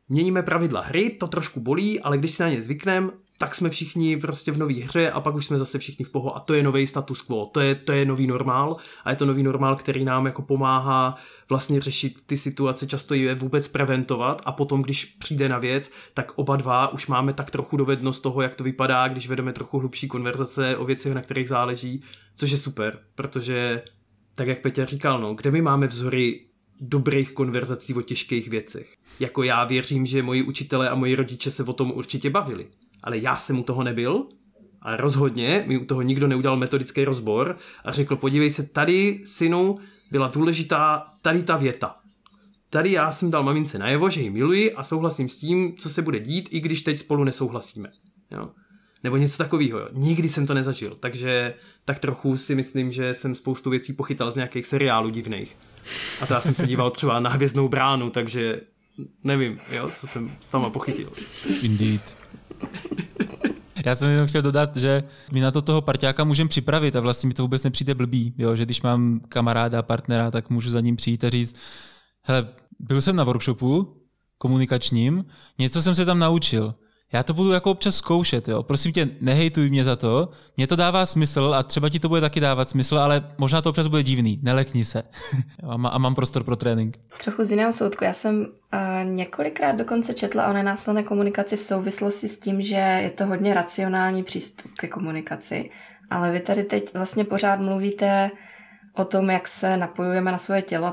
měníme pravidla hry, to trošku bolí, ale když si na ně zvykneme, tak jsme všichni prostě v nový hře a pak už jsme zase všichni v pohodě. A to je nový status quo, to je nový normál a je to nový normál, který nám jako pomáhá vlastně řešit ty situace, často je vůbec preventovat a potom, když přijde na věc, tak oba dva už máme tak trochu dovednost toho, jak to vypadá, když vedeme trochu hlubší konverzace o věcech, na kterých záleží, což je super, protože tak jak Peťa říkal, no, kde my máme vzory dobrých konverzací o těžkých věcech. Jako já věřím, že moji učitelé a moji rodiče se o tom určitě bavili. Ale já jsem u toho nebyl a rozhodně mi u toho nikdo neudělal metodický rozbor a řekl, podívej se, tady, synu, byla důležitá tady ta věta. Tady já jsem dal mamince najevo, že ji miluji a souhlasím s tím, co se bude dít, i když teď spolu nesouhlasíme. Jo? Nebo něco takového. Jo. Nikdy jsem to nezažil, takže tak trochu si myslím, že jsem spoustu věcí pochytal z nějakých seriálů divných. A to já jsem se díval třeba na Hvězdnou bránu, takže nevím, jo, co jsem s tam pochytil. Indeed. Já jsem jenom chtěl dodat, že my na to toho parťáka můžeme připravit a vlastně mi to vůbec nepřijde blbý, jo, že když mám kamaráda, partnera, tak můžu za ním přijít a říct, hele, byl jsem na workshopu komunikačním, něco jsem se tam naučil. Já to budu jako občas zkoušet, jo. Prosím tě, nehejtuj mě za to. Mně to dává smysl a třeba ti to bude taky dávat smysl, ale možná to občas bude divný. Nelekni se. A mám prostor pro trénink. Trochu z jiného soudku. Já jsem několikrát dokonce četla o nenásilné komunikaci v souvislosti s tím, že je to hodně racionální přístup ke komunikaci. Ale vy tady teď vlastně pořád mluvíte o tom, jak se napojujeme na svoje tělo a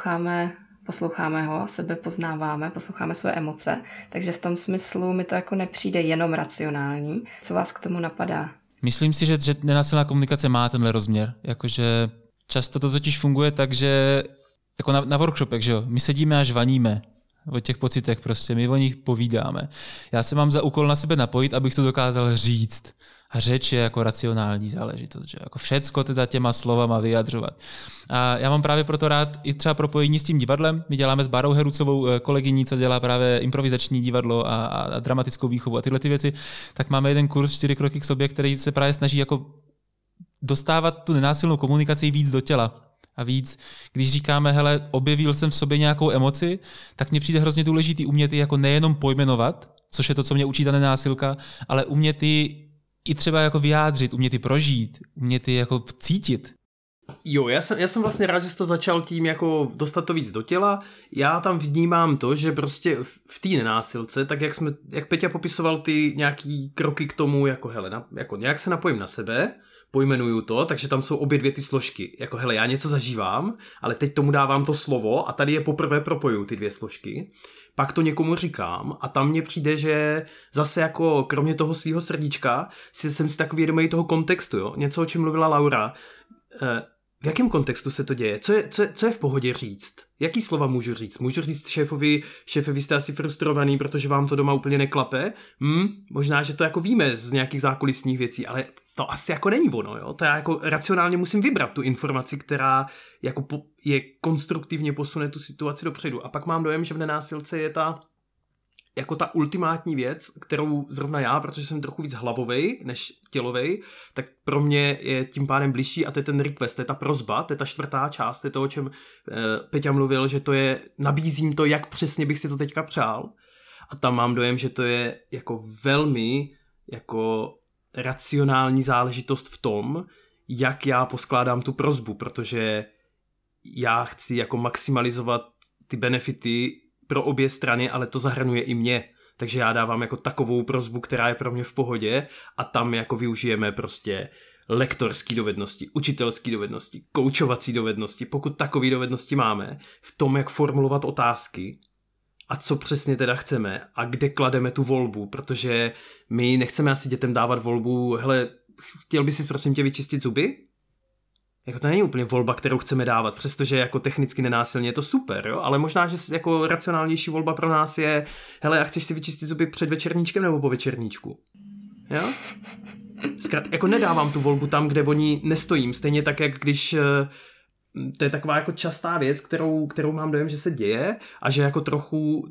posloucháme ho, sebe poznáváme, posloucháme své emoce, takže v tom smyslu mi to jako nepřijde jenom racionální. Co vás k tomu napadá? Myslím si, že nenásilná komunikace má tenhle rozměr, jakože často to totiž funguje tak, že jako na workshopech, že jo, my sedíme a žvaníme o těch pocitech prostě, my o nich povídáme. Já se mám za úkol na sebe napojit, abych to dokázal říct. A řeč je jako racionální záležitost, že jako všecko teda těma slovama vyjadřovat. A já mám právě proto rád i třeba propojení s tím divadlem. My děláme s Bárou Herucovou kolegyní, co dělá právě improvizační divadlo a dramatickou výchovu a tyhle ty věci. Tak máme jeden kurz 4 kroky k sobě, který se právě snaží jako dostávat tu nenásilnou komunikaci víc do těla. A víc, když říkáme, hele, objevil jsem v sobě nějakou emoci, tak mně přijde hrozně důležitý umět ji jako nejenom pojmenovat, což je to, co mě učí ta nenásilka, ale umět ji i třeba jako vyjádřit, umět ji prožít, umět ji jako cítit. Jo, já jsem vlastně rád, že jsi to začal tím jako dostat to víc do těla. Já tam vnímám to, že prostě v té nenásilce, tak jak Peťa popisoval ty nějaký kroky k tomu, jako hele, jako nějak se napojím na sebe, pojmenuju to, takže tam jsou obě dvě ty složky. Jako hele, já něco zažívám, ale teď tomu dávám to slovo a tady je poprvé propojuju ty dvě složky. Pak to někomu říkám a tam mně přijde, že zase jako kromě toho svýho srdíčka jsem si takový vědomý toho kontextu, jo? Něco, o čem mluvila Laura. V jakém kontextu se to děje? Co je v pohodě říct? Jaký slova můžu říct? Můžu říct šéfovi, vy jste asi frustrovaný, protože vám to doma úplně neklape? Možná, že to jako víme z nějakých zákulisních věcí, ale to asi jako není ono, jo? To já jako racionálně musím vybrat tu informaci, která jako je konstruktivně posune tu situaci dopředu. A pak mám dojem, že v nenásilce je ta ultimátní věc, kterou zrovna já, protože jsem trochu víc hlavovej než tělovej, tak pro mě je tím pádem bližší a to je ten request, to je ta prosba, to je ta 4. část, to je to, o čem Peťa mluvil, že to je, nabízím to, jak přesně bych si to teďka přál a tam mám dojem, že to je jako velmi jako racionální záležitost v tom, jak já poskládám tu prosbu, protože já chci jako maximalizovat ty benefity pro obě strany, ale to zahrnuje i mě. Takže já dávám jako takovou prosbu, která je pro mě v pohodě a tam jako využijeme prostě lektorský dovednosti, učitelský dovednosti, koučovací dovednosti, pokud takové dovednosti máme, v tom, jak formulovat otázky a co přesně teda chceme a kde klademe tu volbu, protože my nechceme asi dětem dávat volbu, hele, chtěl bys si prosím tě vyčistit zuby? Jako to není úplně volba, kterou chceme dávat, přestože jako technicky nenásilně je to super, jo? Ale možná, že jako racionálnější volba pro nás je, hele, a chceš si vyčistit zuby před večerníčkem nebo po večerníčku? Jo? Jako nedávám tu volbu tam, kde oni nestojím, stejně tak, jak když to je taková jako častá věc, kterou mám dojem, že se děje a že jako trochu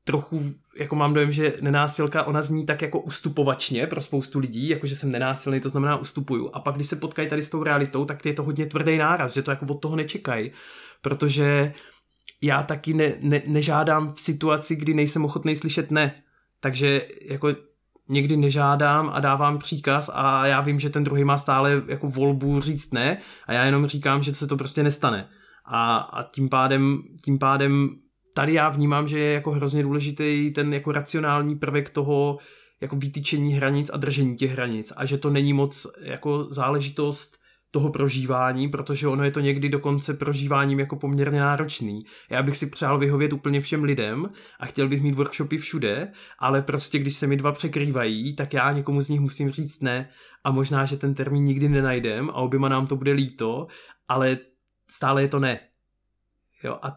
jako mám dojem, že nenásilka, ona zní tak jako ustupovačně pro spoustu lidí, jakože jsem nenásilný, to znamená ustupuju. A pak, když se potkají tady s tou realitou, tak je to hodně tvrdý náraz, že to jako od toho nečekají, protože já taky nežádám v situaci, kdy nejsem ochotný slyšet ne. Takže jako někdy nežádám a dávám příkaz a já vím, že ten druhý má stále jako volbu říct ne a já jenom říkám, že se to prostě nestane. A tím pádem tady já vnímám, že je jako hrozně důležitý ten jako racionální prvek toho jako vytyčení hranic a držení těch hranic a že to není moc jako záležitost toho prožívání, protože ono je to někdy dokonce prožíváním jako poměrně náročný. Já bych si přál vyhovět úplně všem lidem a chtěl bych mít workshopy všude, ale prostě když se mi dva překrývají, tak já někomu z nich musím říct ne a možná, že ten termín nikdy nenajdem a oběma nám to bude líto, ale stále je to ne. Jo, a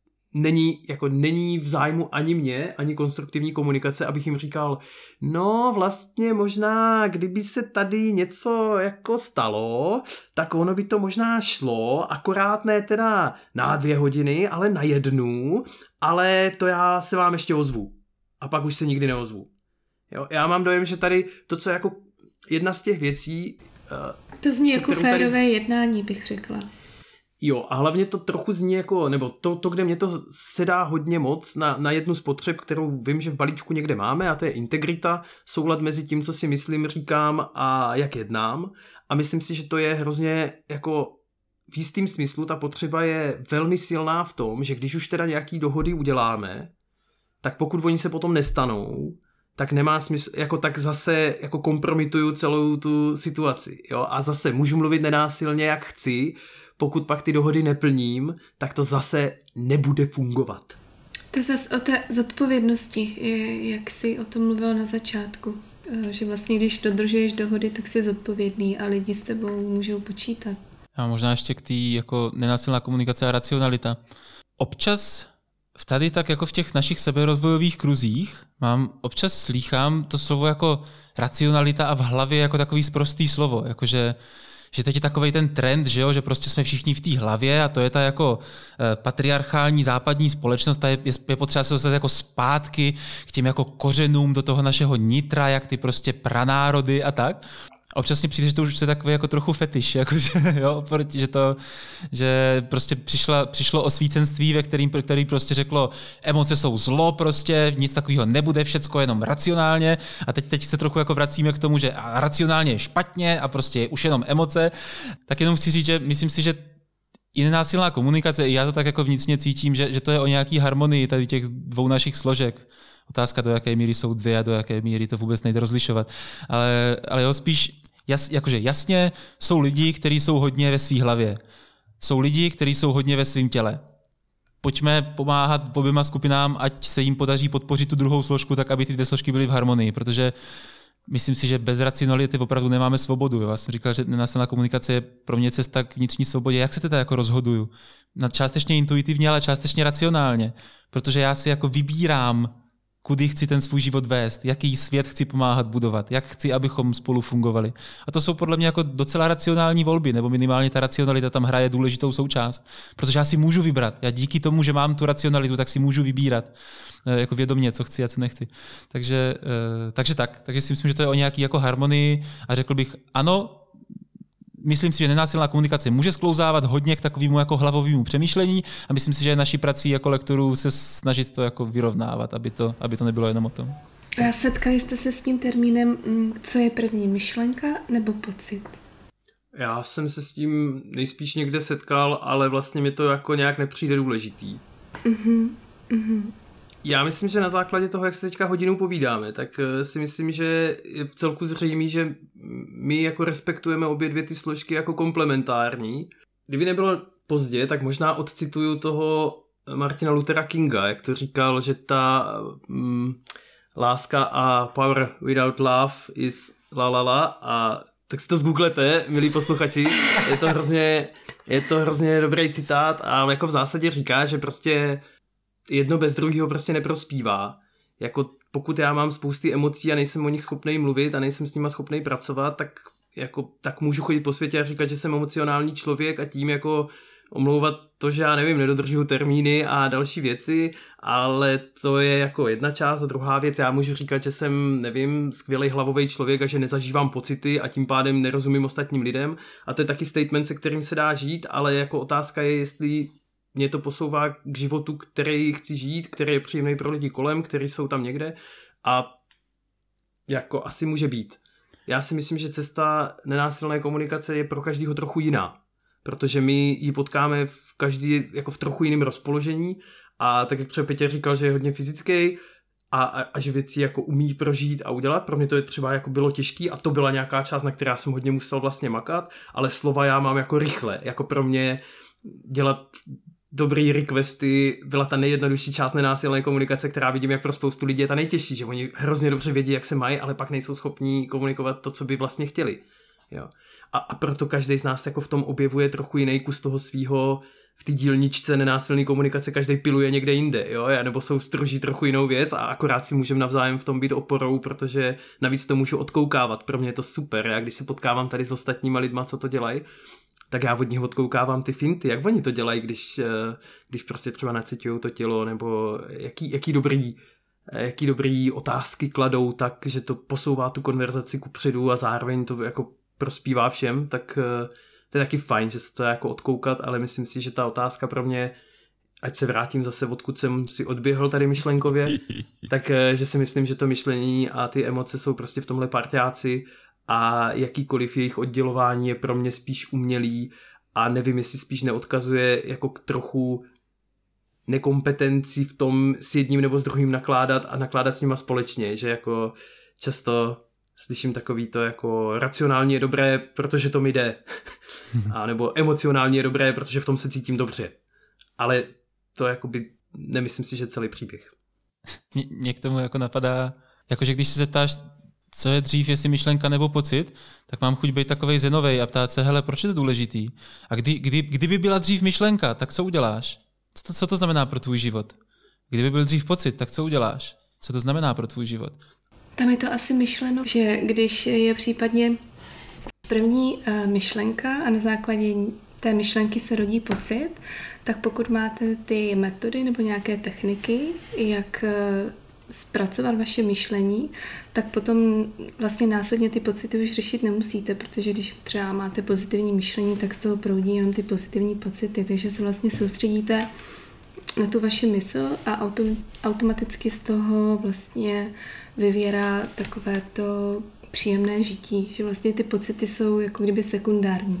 není v zájmu ani mě, ani konstruktivní komunikace, abych jim říkal, no vlastně možná, kdyby se tady něco jako stalo, tak ono by to možná šlo, akorát ne teda na 2 hodiny, ale na 1, ale to já se vám ještě ozvu. A pak už se nikdy neozvu. Jo, já mám dojem, že tady to, co jako jedna z těch věcí... To zní jako férové jednání, bych řekla. Jo, a hlavně to trochu zní jako, nebo to kde mě to sedá hodně moc na jednu z potřeb, kterou vím, že v balíčku někde máme, a to je integrita, soulad mezi tím, co si myslím, říkám a jak jednám. A myslím si, že to je hrozně jako v jistým smyslu, ta potřeba je velmi silná v tom, že když už teda nějaký dohody uděláme, tak pokud oni se potom nestanou, tak nemá smysl, jako tak zase jako kompromituju celou tu situaci. Jo? A zase můžu mluvit nenásilně, jak chci, pokud pak ty dohody neplním, tak to zase nebude fungovat. To je zase o té zodpovědnosti, jak jsi o tom mluvil na začátku. Že vlastně, když dodržuješ dohody, tak jsi zodpovědný a lidi s tebou můžou počítat. A možná ještě k té jako nenásilná komunikace a racionalita. Občas tady tak jako v těch našich seberozvojových kruzích občas slýchám to slovo jako racionalita a v hlavě jako takový sprostý slovo, jakože že teď je takovej ten trend, že prostě jsme všichni v té hlavě a to je ta jako patriarchální západní společnost, ta je potřeba se dostat jako zpátky k těm jako kořenům do toho našeho nitra, jak ty prostě pranárody a tak. A občas mi přijde, že to už je takový jako trochu fetiš, jakože, jo, že prostě přišlo osvícenství, který prostě řeklo, emoce jsou zlo prostě, nic takového nebude, všecko jenom racionálně a teď se trochu jako vracíme k tomu, že racionálně je špatně a prostě je už jenom emoce. Tak jenom chci říct, že myslím si, že i nenásilná komunikace, i já to tak jako vnitřně cítím, že to je o nějaký harmonii tady těch 2 našich složek. Otázka, do jaké míry jsou 2 a do jaké míry to vůbec nejde rozlišovat. Ale jo, spíš jakože jasně jsou lidi, kteří jsou hodně ve své hlavě. Jsou lidi, kteří jsou hodně ve svém těle. Pojďme pomáhat oběma skupinám, ať se jim podaří podpořit tu druhou složku, tak aby ty 2 složky byly v harmonii, protože myslím si, že bez racionality opravdu nemáme svobodu. Jo? Já jsem říkal, že nenásilná komunikace je pro mě cesta k vnitřní svobodě. Jak se teda jako rozhoduju? Částečně intuitivně, ale částečně racionálně. Protože já si jako vybírám, kudy chci ten svůj život vést, jaký svět chci pomáhat budovat, jak chci, abychom spolu fungovali. A to jsou podle mě jako docela racionální volby, nebo minimálně ta racionalita tam hraje důležitou součást. Protože já si můžu vybrat. Já díky tomu, že mám tu racionalitu, tak si můžu vybírat jako vědomě, co chci a co nechci. Takže si myslím, že to je o nějaký jako harmonii a řekl bych ano, myslím si, že nenásilná komunikace může sklouzávat hodně k takovému jako hlavovému přemýšlení a myslím si, že je naší prací jako lektorů se snažit to jako vyrovnávat, aby to nebylo jenom o tom. A setkali jste se s tím termínem, co je první, myšlenka nebo pocit? Já jsem se s tím nejspíš někde setkal, ale vlastně mi to jako nějak nepřijde důležitý. Já myslím, že na základě toho, jak se teďka hodinu povídáme, tak si myslím, že je v celku zřejmý, že my jako respektujeme obě 2 ty složky jako komplementární. Kdyby nebylo pozdě, tak možná odcituju toho Martina Luthera Kinga, jak to říkal, že ta láska a power without love is la la la a tak si to zgooglete, milí posluchači, je to hrozně dobrý citát a jako v zásadě říká, že prostě jedno bez druhého prostě neprospívá. Jako pokud já mám spousty emocí a nejsem o nich schopnej mluvit a nejsem s nima schopnej pracovat, tak můžu chodit po světě a říkat, že jsem emocionální člověk a tím jako omlouvat to, že já nevím, nedodržuju termíny a další věci, ale to je jako jedna část a druhá věc, já můžu říkat, že jsem, nevím, skvělý hlavový člověk a že nezažívám pocity a tím pádem nerozumím ostatním lidem a to je taky statement, se kterým se dá žít, ale jako otázka je, jestli mě to posouvá k životu, který chci žít, který je příjemný pro lidi kolem, který jsou tam někde a jako asi může být. Já si myslím, že cesta nenásilné komunikace je pro každého trochu jiná, protože my ji potkáme v trochu jiném rozpoložení a tak jak třeba Petě říkal, že je hodně fyzický a že věci jako umí prožít a udělat. Pro mě to je třeba jako bylo těžký a to byla nějaká část, na která jsem hodně musel vlastně makat, ale slova já mám jako rychle. Jako pro mě dělat dobrý requesty byla ta nejjednodušší část nenásilné komunikace, která vidím, jak pro spoustu lidí je ta nejtěžší, že oni hrozně dobře vědí, jak se mají, ale pak nejsou schopní komunikovat to, co by vlastně chtěli. Jo. A proto každý z nás jako v tom objevuje trochu jiný kus toho svýho. V té dílničce nenásilné komunikace každý piluje někde jinde, jo, nebo soustruží trochu jinou věc a akorát si můžeme navzájem v tom být oporou, protože navíc to můžu odkoukávat. Pro mě je to super. Já když se potkávám tady s ostatníma lidma, co to dělají, tak já od nich odkoukávám ty finty, jak oni to dělají, když prostě třeba nacitujou to tělo, nebo jaký dobrý otázky kladou, tak, že to posouvá tu konverzaci kupředu a zároveň to jako prospívá všem, tak to je taky fajn, že se to jako odkoukat, ale myslím si, že ta otázka pro mě, ať se vrátím zase, odkud jsem si odběhl tady myšlenkově, tak že si myslím, že to myšlení a ty emoce jsou prostě v tomhle parťáci a jakýkoliv jejich oddělování je pro mě spíš umělý a nevím, jestli spíš neodkazuje jako k trochu nekompetenci v tom s jedním nebo s druhým nakládat a nakládat s nima společně, že jako často slyším takový to jako racionálně je dobré, protože to mi jde. A nebo emocionálně je dobré, protože v tom se cítím dobře. Ale to jakoby nemyslím si, že celý příběh. Mě k tomu jako napadá, jakože když se zeptáš, co je dřív, jestli myšlenka nebo pocit, tak mám chuť být takovej zenovej a ptát se, hele, proč je to důležitý? A kdyby byla dřív myšlenka, tak co uděláš? Co to znamená pro tvůj život? Kdyby byl dřív pocit, tak co uděláš? Co to znamená pro tvůj život? Tam je to asi myšleno, že když je případně první myšlenka a na základě té myšlenky se rodí pocit, tak pokud máte ty metody nebo nějaké techniky, jak zpracovat vaše myšlení, tak potom vlastně následně ty pocity už řešit nemusíte, protože když třeba máte pozitivní myšlení, tak z toho proudí jenom ty pozitivní pocity, takže se vlastně soustředíte na tu vaši mysl a automaticky z toho vlastně vyvěrá takové to příjemné žití, že vlastně ty pocity jsou jako kdyby sekundární,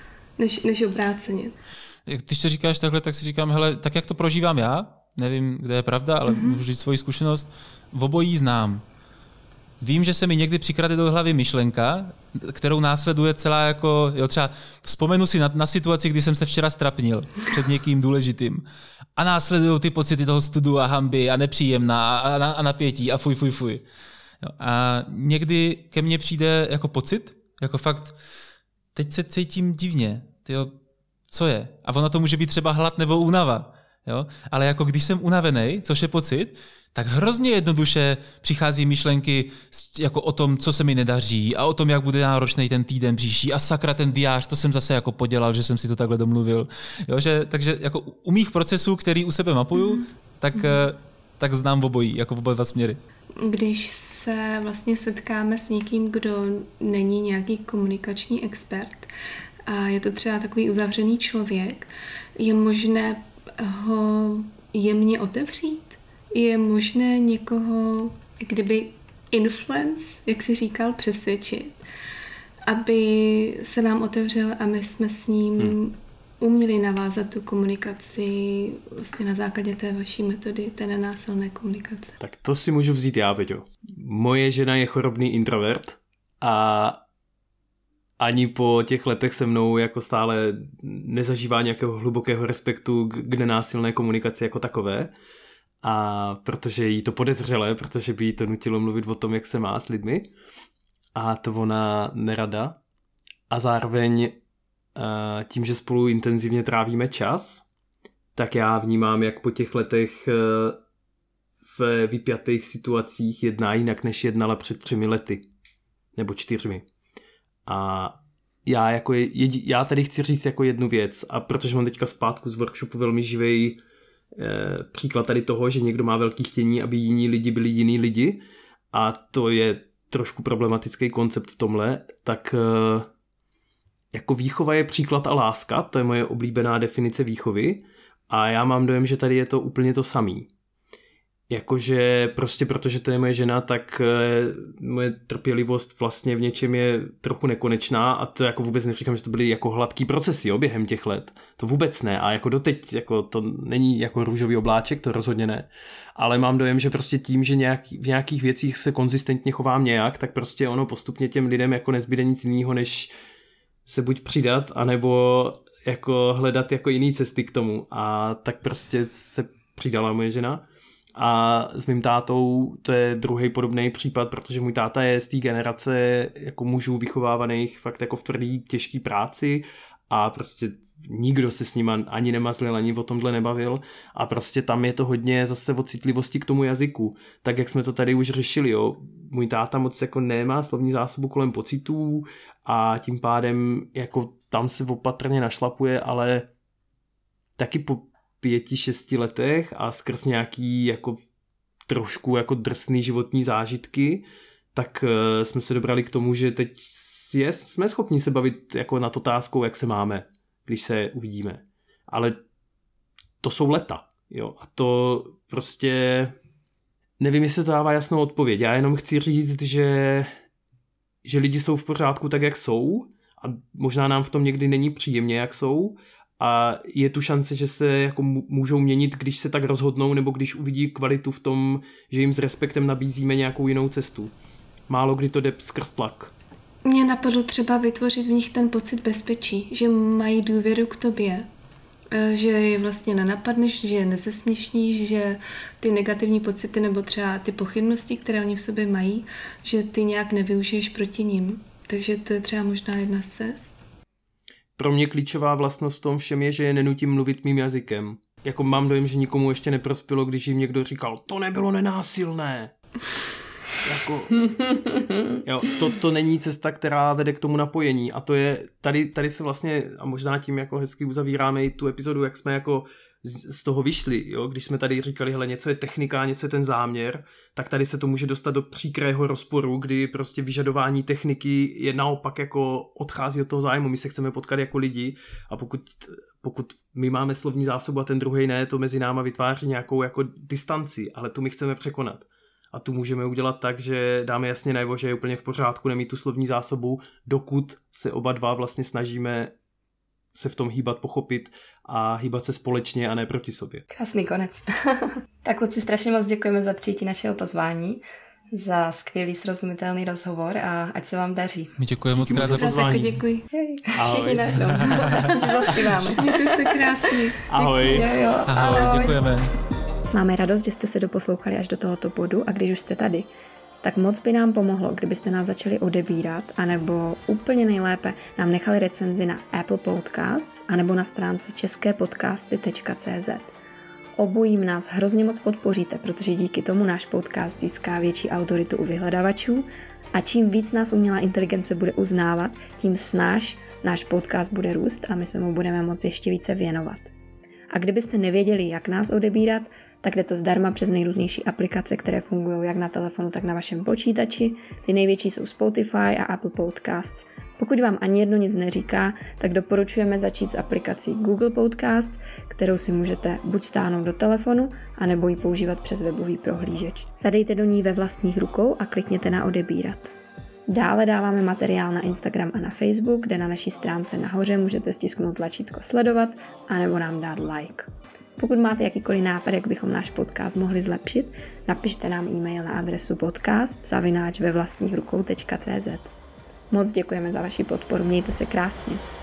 než obráceně. Když to říkáš takhle, tak si říkám, hele, tak jak to prožívám já, nevím, kde je pravda, ale můžu říct svoji zkušenost, v obojí znám. Vím, že se mi někdy přikrade do hlavy myšlenka, kterou následuje celá jako, jo, třeba vzpomenu si na situaci, kdy jsem se včera strapnil před někým důležitým a následují ty pocity toho studu a hanby a nepříjemná a napětí a fuj. Jo, a někdy ke mně přijde jako pocit, jako fakt, teď se cítím divně, tyjo, co je? A ono to může být třeba hlad nebo únava, jo? Ale jako když jsem unavený, což je pocit, tak hrozně jednoduše přichází myšlenky jako o tom, co se mi nedaří a o tom, jak bude náročný ten týden příští a sakra ten diář, to jsem zase jako podělal, že jsem si to takhle domluvil. Jo, takže jako u mých procesů, který u sebe mapuju, tak znám obojí, jako oba dva směry. Když se vlastně setkáme s někým, kdo není nějaký komunikační expert a je to třeba takový uzavřený člověk, je možné ho jemně otevřít? Je možné někoho, jak kdyby influence, jak jsi říkal, přesvědčit, aby se nám otevřel a my jsme s ním uměli navázat tu komunikaci vlastně na základě té vaší metody, té nenásilné komunikace. Tak to si můžu vzít já, Peťo. Moje žena je chorobný introvert a ani po těch letech se mnou jako stále nezažívá nějakého hlubokého respektu k nenásilné komunikaci jako takové. A protože jí to podezřelé, protože by jí to nutilo mluvit o tom, jak se má s lidmi. A to ona nerada. A zároveň tím, že spolu intenzivně trávíme čas, tak já vnímám, jak po těch letech v vypjatých situacích jedná jinak, než jednala před 3 lety. Nebo 4. A já tady chci říct jako jednu věc, a protože mám teďka zpátku z workshopu velmi živej příklad tady toho, že někdo má velký chtění, aby jiní lidi byli jiní lidi, a to je trošku problematický koncept v tomhle, tak jako výchova je příklad a láska, to je moje oblíbená definice výchovy, A já mám dojem, že tady je to úplně to samý. Jakože prostě protože to je moje žena, tak moje trpělivost vlastně v něčem je trochu nekonečná a to jako vůbec neříkám, že to byly jako hladký procesy během těch let. To vůbec ne a jako doteď jako to není jako růžový obláček, to rozhodně ne. Ale mám dojem, že prostě tím, že v nějakých věcích se konzistentně chovám nějak, tak prostě ono postupně těm lidem jako nezbyde nic jiného, než se buď přidat, anebo jako hledat jako jiný cesty k tomu. A tak prostě se přidala moje žena. A s mým tátou to je druhý podobný případ, protože můj táta je z té generace jako mužů vychovávaných fakt jako v tvrdý těžký práci a prostě nikdo se s ním ani nemazlil, ani o tomhle nebavil a prostě tam je to hodně zase o citlivosti k tomu jazyku. Tak jak jsme to tady už řešili, můj táta moc jako nemá slovní zásobu kolem pocitů a tím pádem jako tam se opatrně našlapuje, ale taky po 5-6 letech a skrz nějaký jako trošku jako drsný životní zážitky, tak jsme se dobrali k tomu, že teď jsme schopni se bavit jako nad otázkou, jak se máme, když se uvidíme. Ale to jsou leta, a to prostě nevím, jestli to dává jasnou odpověď. Já jenom chci říct, že lidi jsou v pořádku tak, jak jsou a možná nám v tom někdy není příjemně, jak jsou, a je tu šance, že se jako můžou měnit, když se tak rozhodnou, nebo když uvidí kvalitu v tom, že jim s respektem nabízíme nějakou jinou cestu. Málo kdy to jde skrz tlak. Mně napadlo třeba vytvořit v nich ten pocit bezpečí, že mají důvěru k tobě, že je vlastně nenapadneš, že je nezesměšníš, že ty negativní pocity nebo třeba ty pochybnosti, které oni v sobě mají, že ty nějak nevyužiješ proti nim. Takže to je třeba možná jedna z cest. Pro mě klíčová vlastnost v tom všem je, že je nenutím mluvit mým jazykem. Jako mám dojem, že nikomu ještě neprospělo, když jim někdo říkal, to nebylo nenásilné. Jako, to není cesta, která vede k tomu napojení. A to je, tady se vlastně, a možná tím jako hezky uzavíráme i tu epizodu, jak jsme jako z toho vyšli, když jsme tady říkali, hele, něco je technika, něco je ten záměr, tak tady se to může dostat do příkrého rozporu, kdy prostě vyžadování techniky je naopak jako odchází od toho zájmu, my se chceme potkat jako lidi a pokud my máme slovní zásobu a ten druhej ne, to mezi náma vytváří nějakou jako distanci, ale tu my chceme překonat. A tu můžeme udělat tak, že dáme jasně najevo, že je úplně v pořádku nemít tu slovní zásobu, dokud se oba dva vlastně snažíme se v tom hýbat, pochopit a hýbat se společně a ne proti sobě. Krásný konec. Tak kluci, strašně moc děkujeme za přijetí našeho pozvání, za skvělý srozumitelný rozhovor a ať se vám daří. My děkujeme moc krát za pozvání. Taky děkuji. Všichni najednou. To se zaspíváme. Mějte se krásně. Ahoj. Ahoj, děkujeme. Máme radost, že jste se doposlouchali až do tohoto bodu a když už jste tady, tak moc by nám pomohlo, kdybyste nás začali odebírat, anebo úplně nejlépe nám nechali recenzi na Apple Podcasts, anebo na stránce česképodcasty.cz. Obojím nás hrozně moc podpoříte, protože díky tomu náš podcast získá větší autoritu u vyhledavačů a čím víc nás umělá inteligence bude uznávat, tím snáš náš podcast bude růst a my se mu budeme moct ještě více věnovat. A kdybyste nevěděli, jak nás odebírat, tak jde to zdarma přes nejrůznější aplikace, které fungují jak na telefonu, tak na vašem počítači. Ty největší jsou Spotify a Apple Podcasts. Pokud vám ani jedno nic neříká, tak doporučujeme začít s aplikací Google Podcasts, kterou si můžete buď stáhnout do telefonu, anebo ji používat přes webový prohlížeč. Zadejte do ní ve vlastních rukou a klikněte na odebírat. Dále dáváme materiál na Instagram a na Facebook, kde na naší stránce nahoře můžete stisknout tlačítko sledovat, anebo nám dát like. Pokud máte jakýkoliv nápad, jak bychom náš podcast mohli zlepšit, napište nám e-mail na adresu podcast@vevlastnichrukou.cz. Moc děkujeme za vaši podporu, mějte se krásně.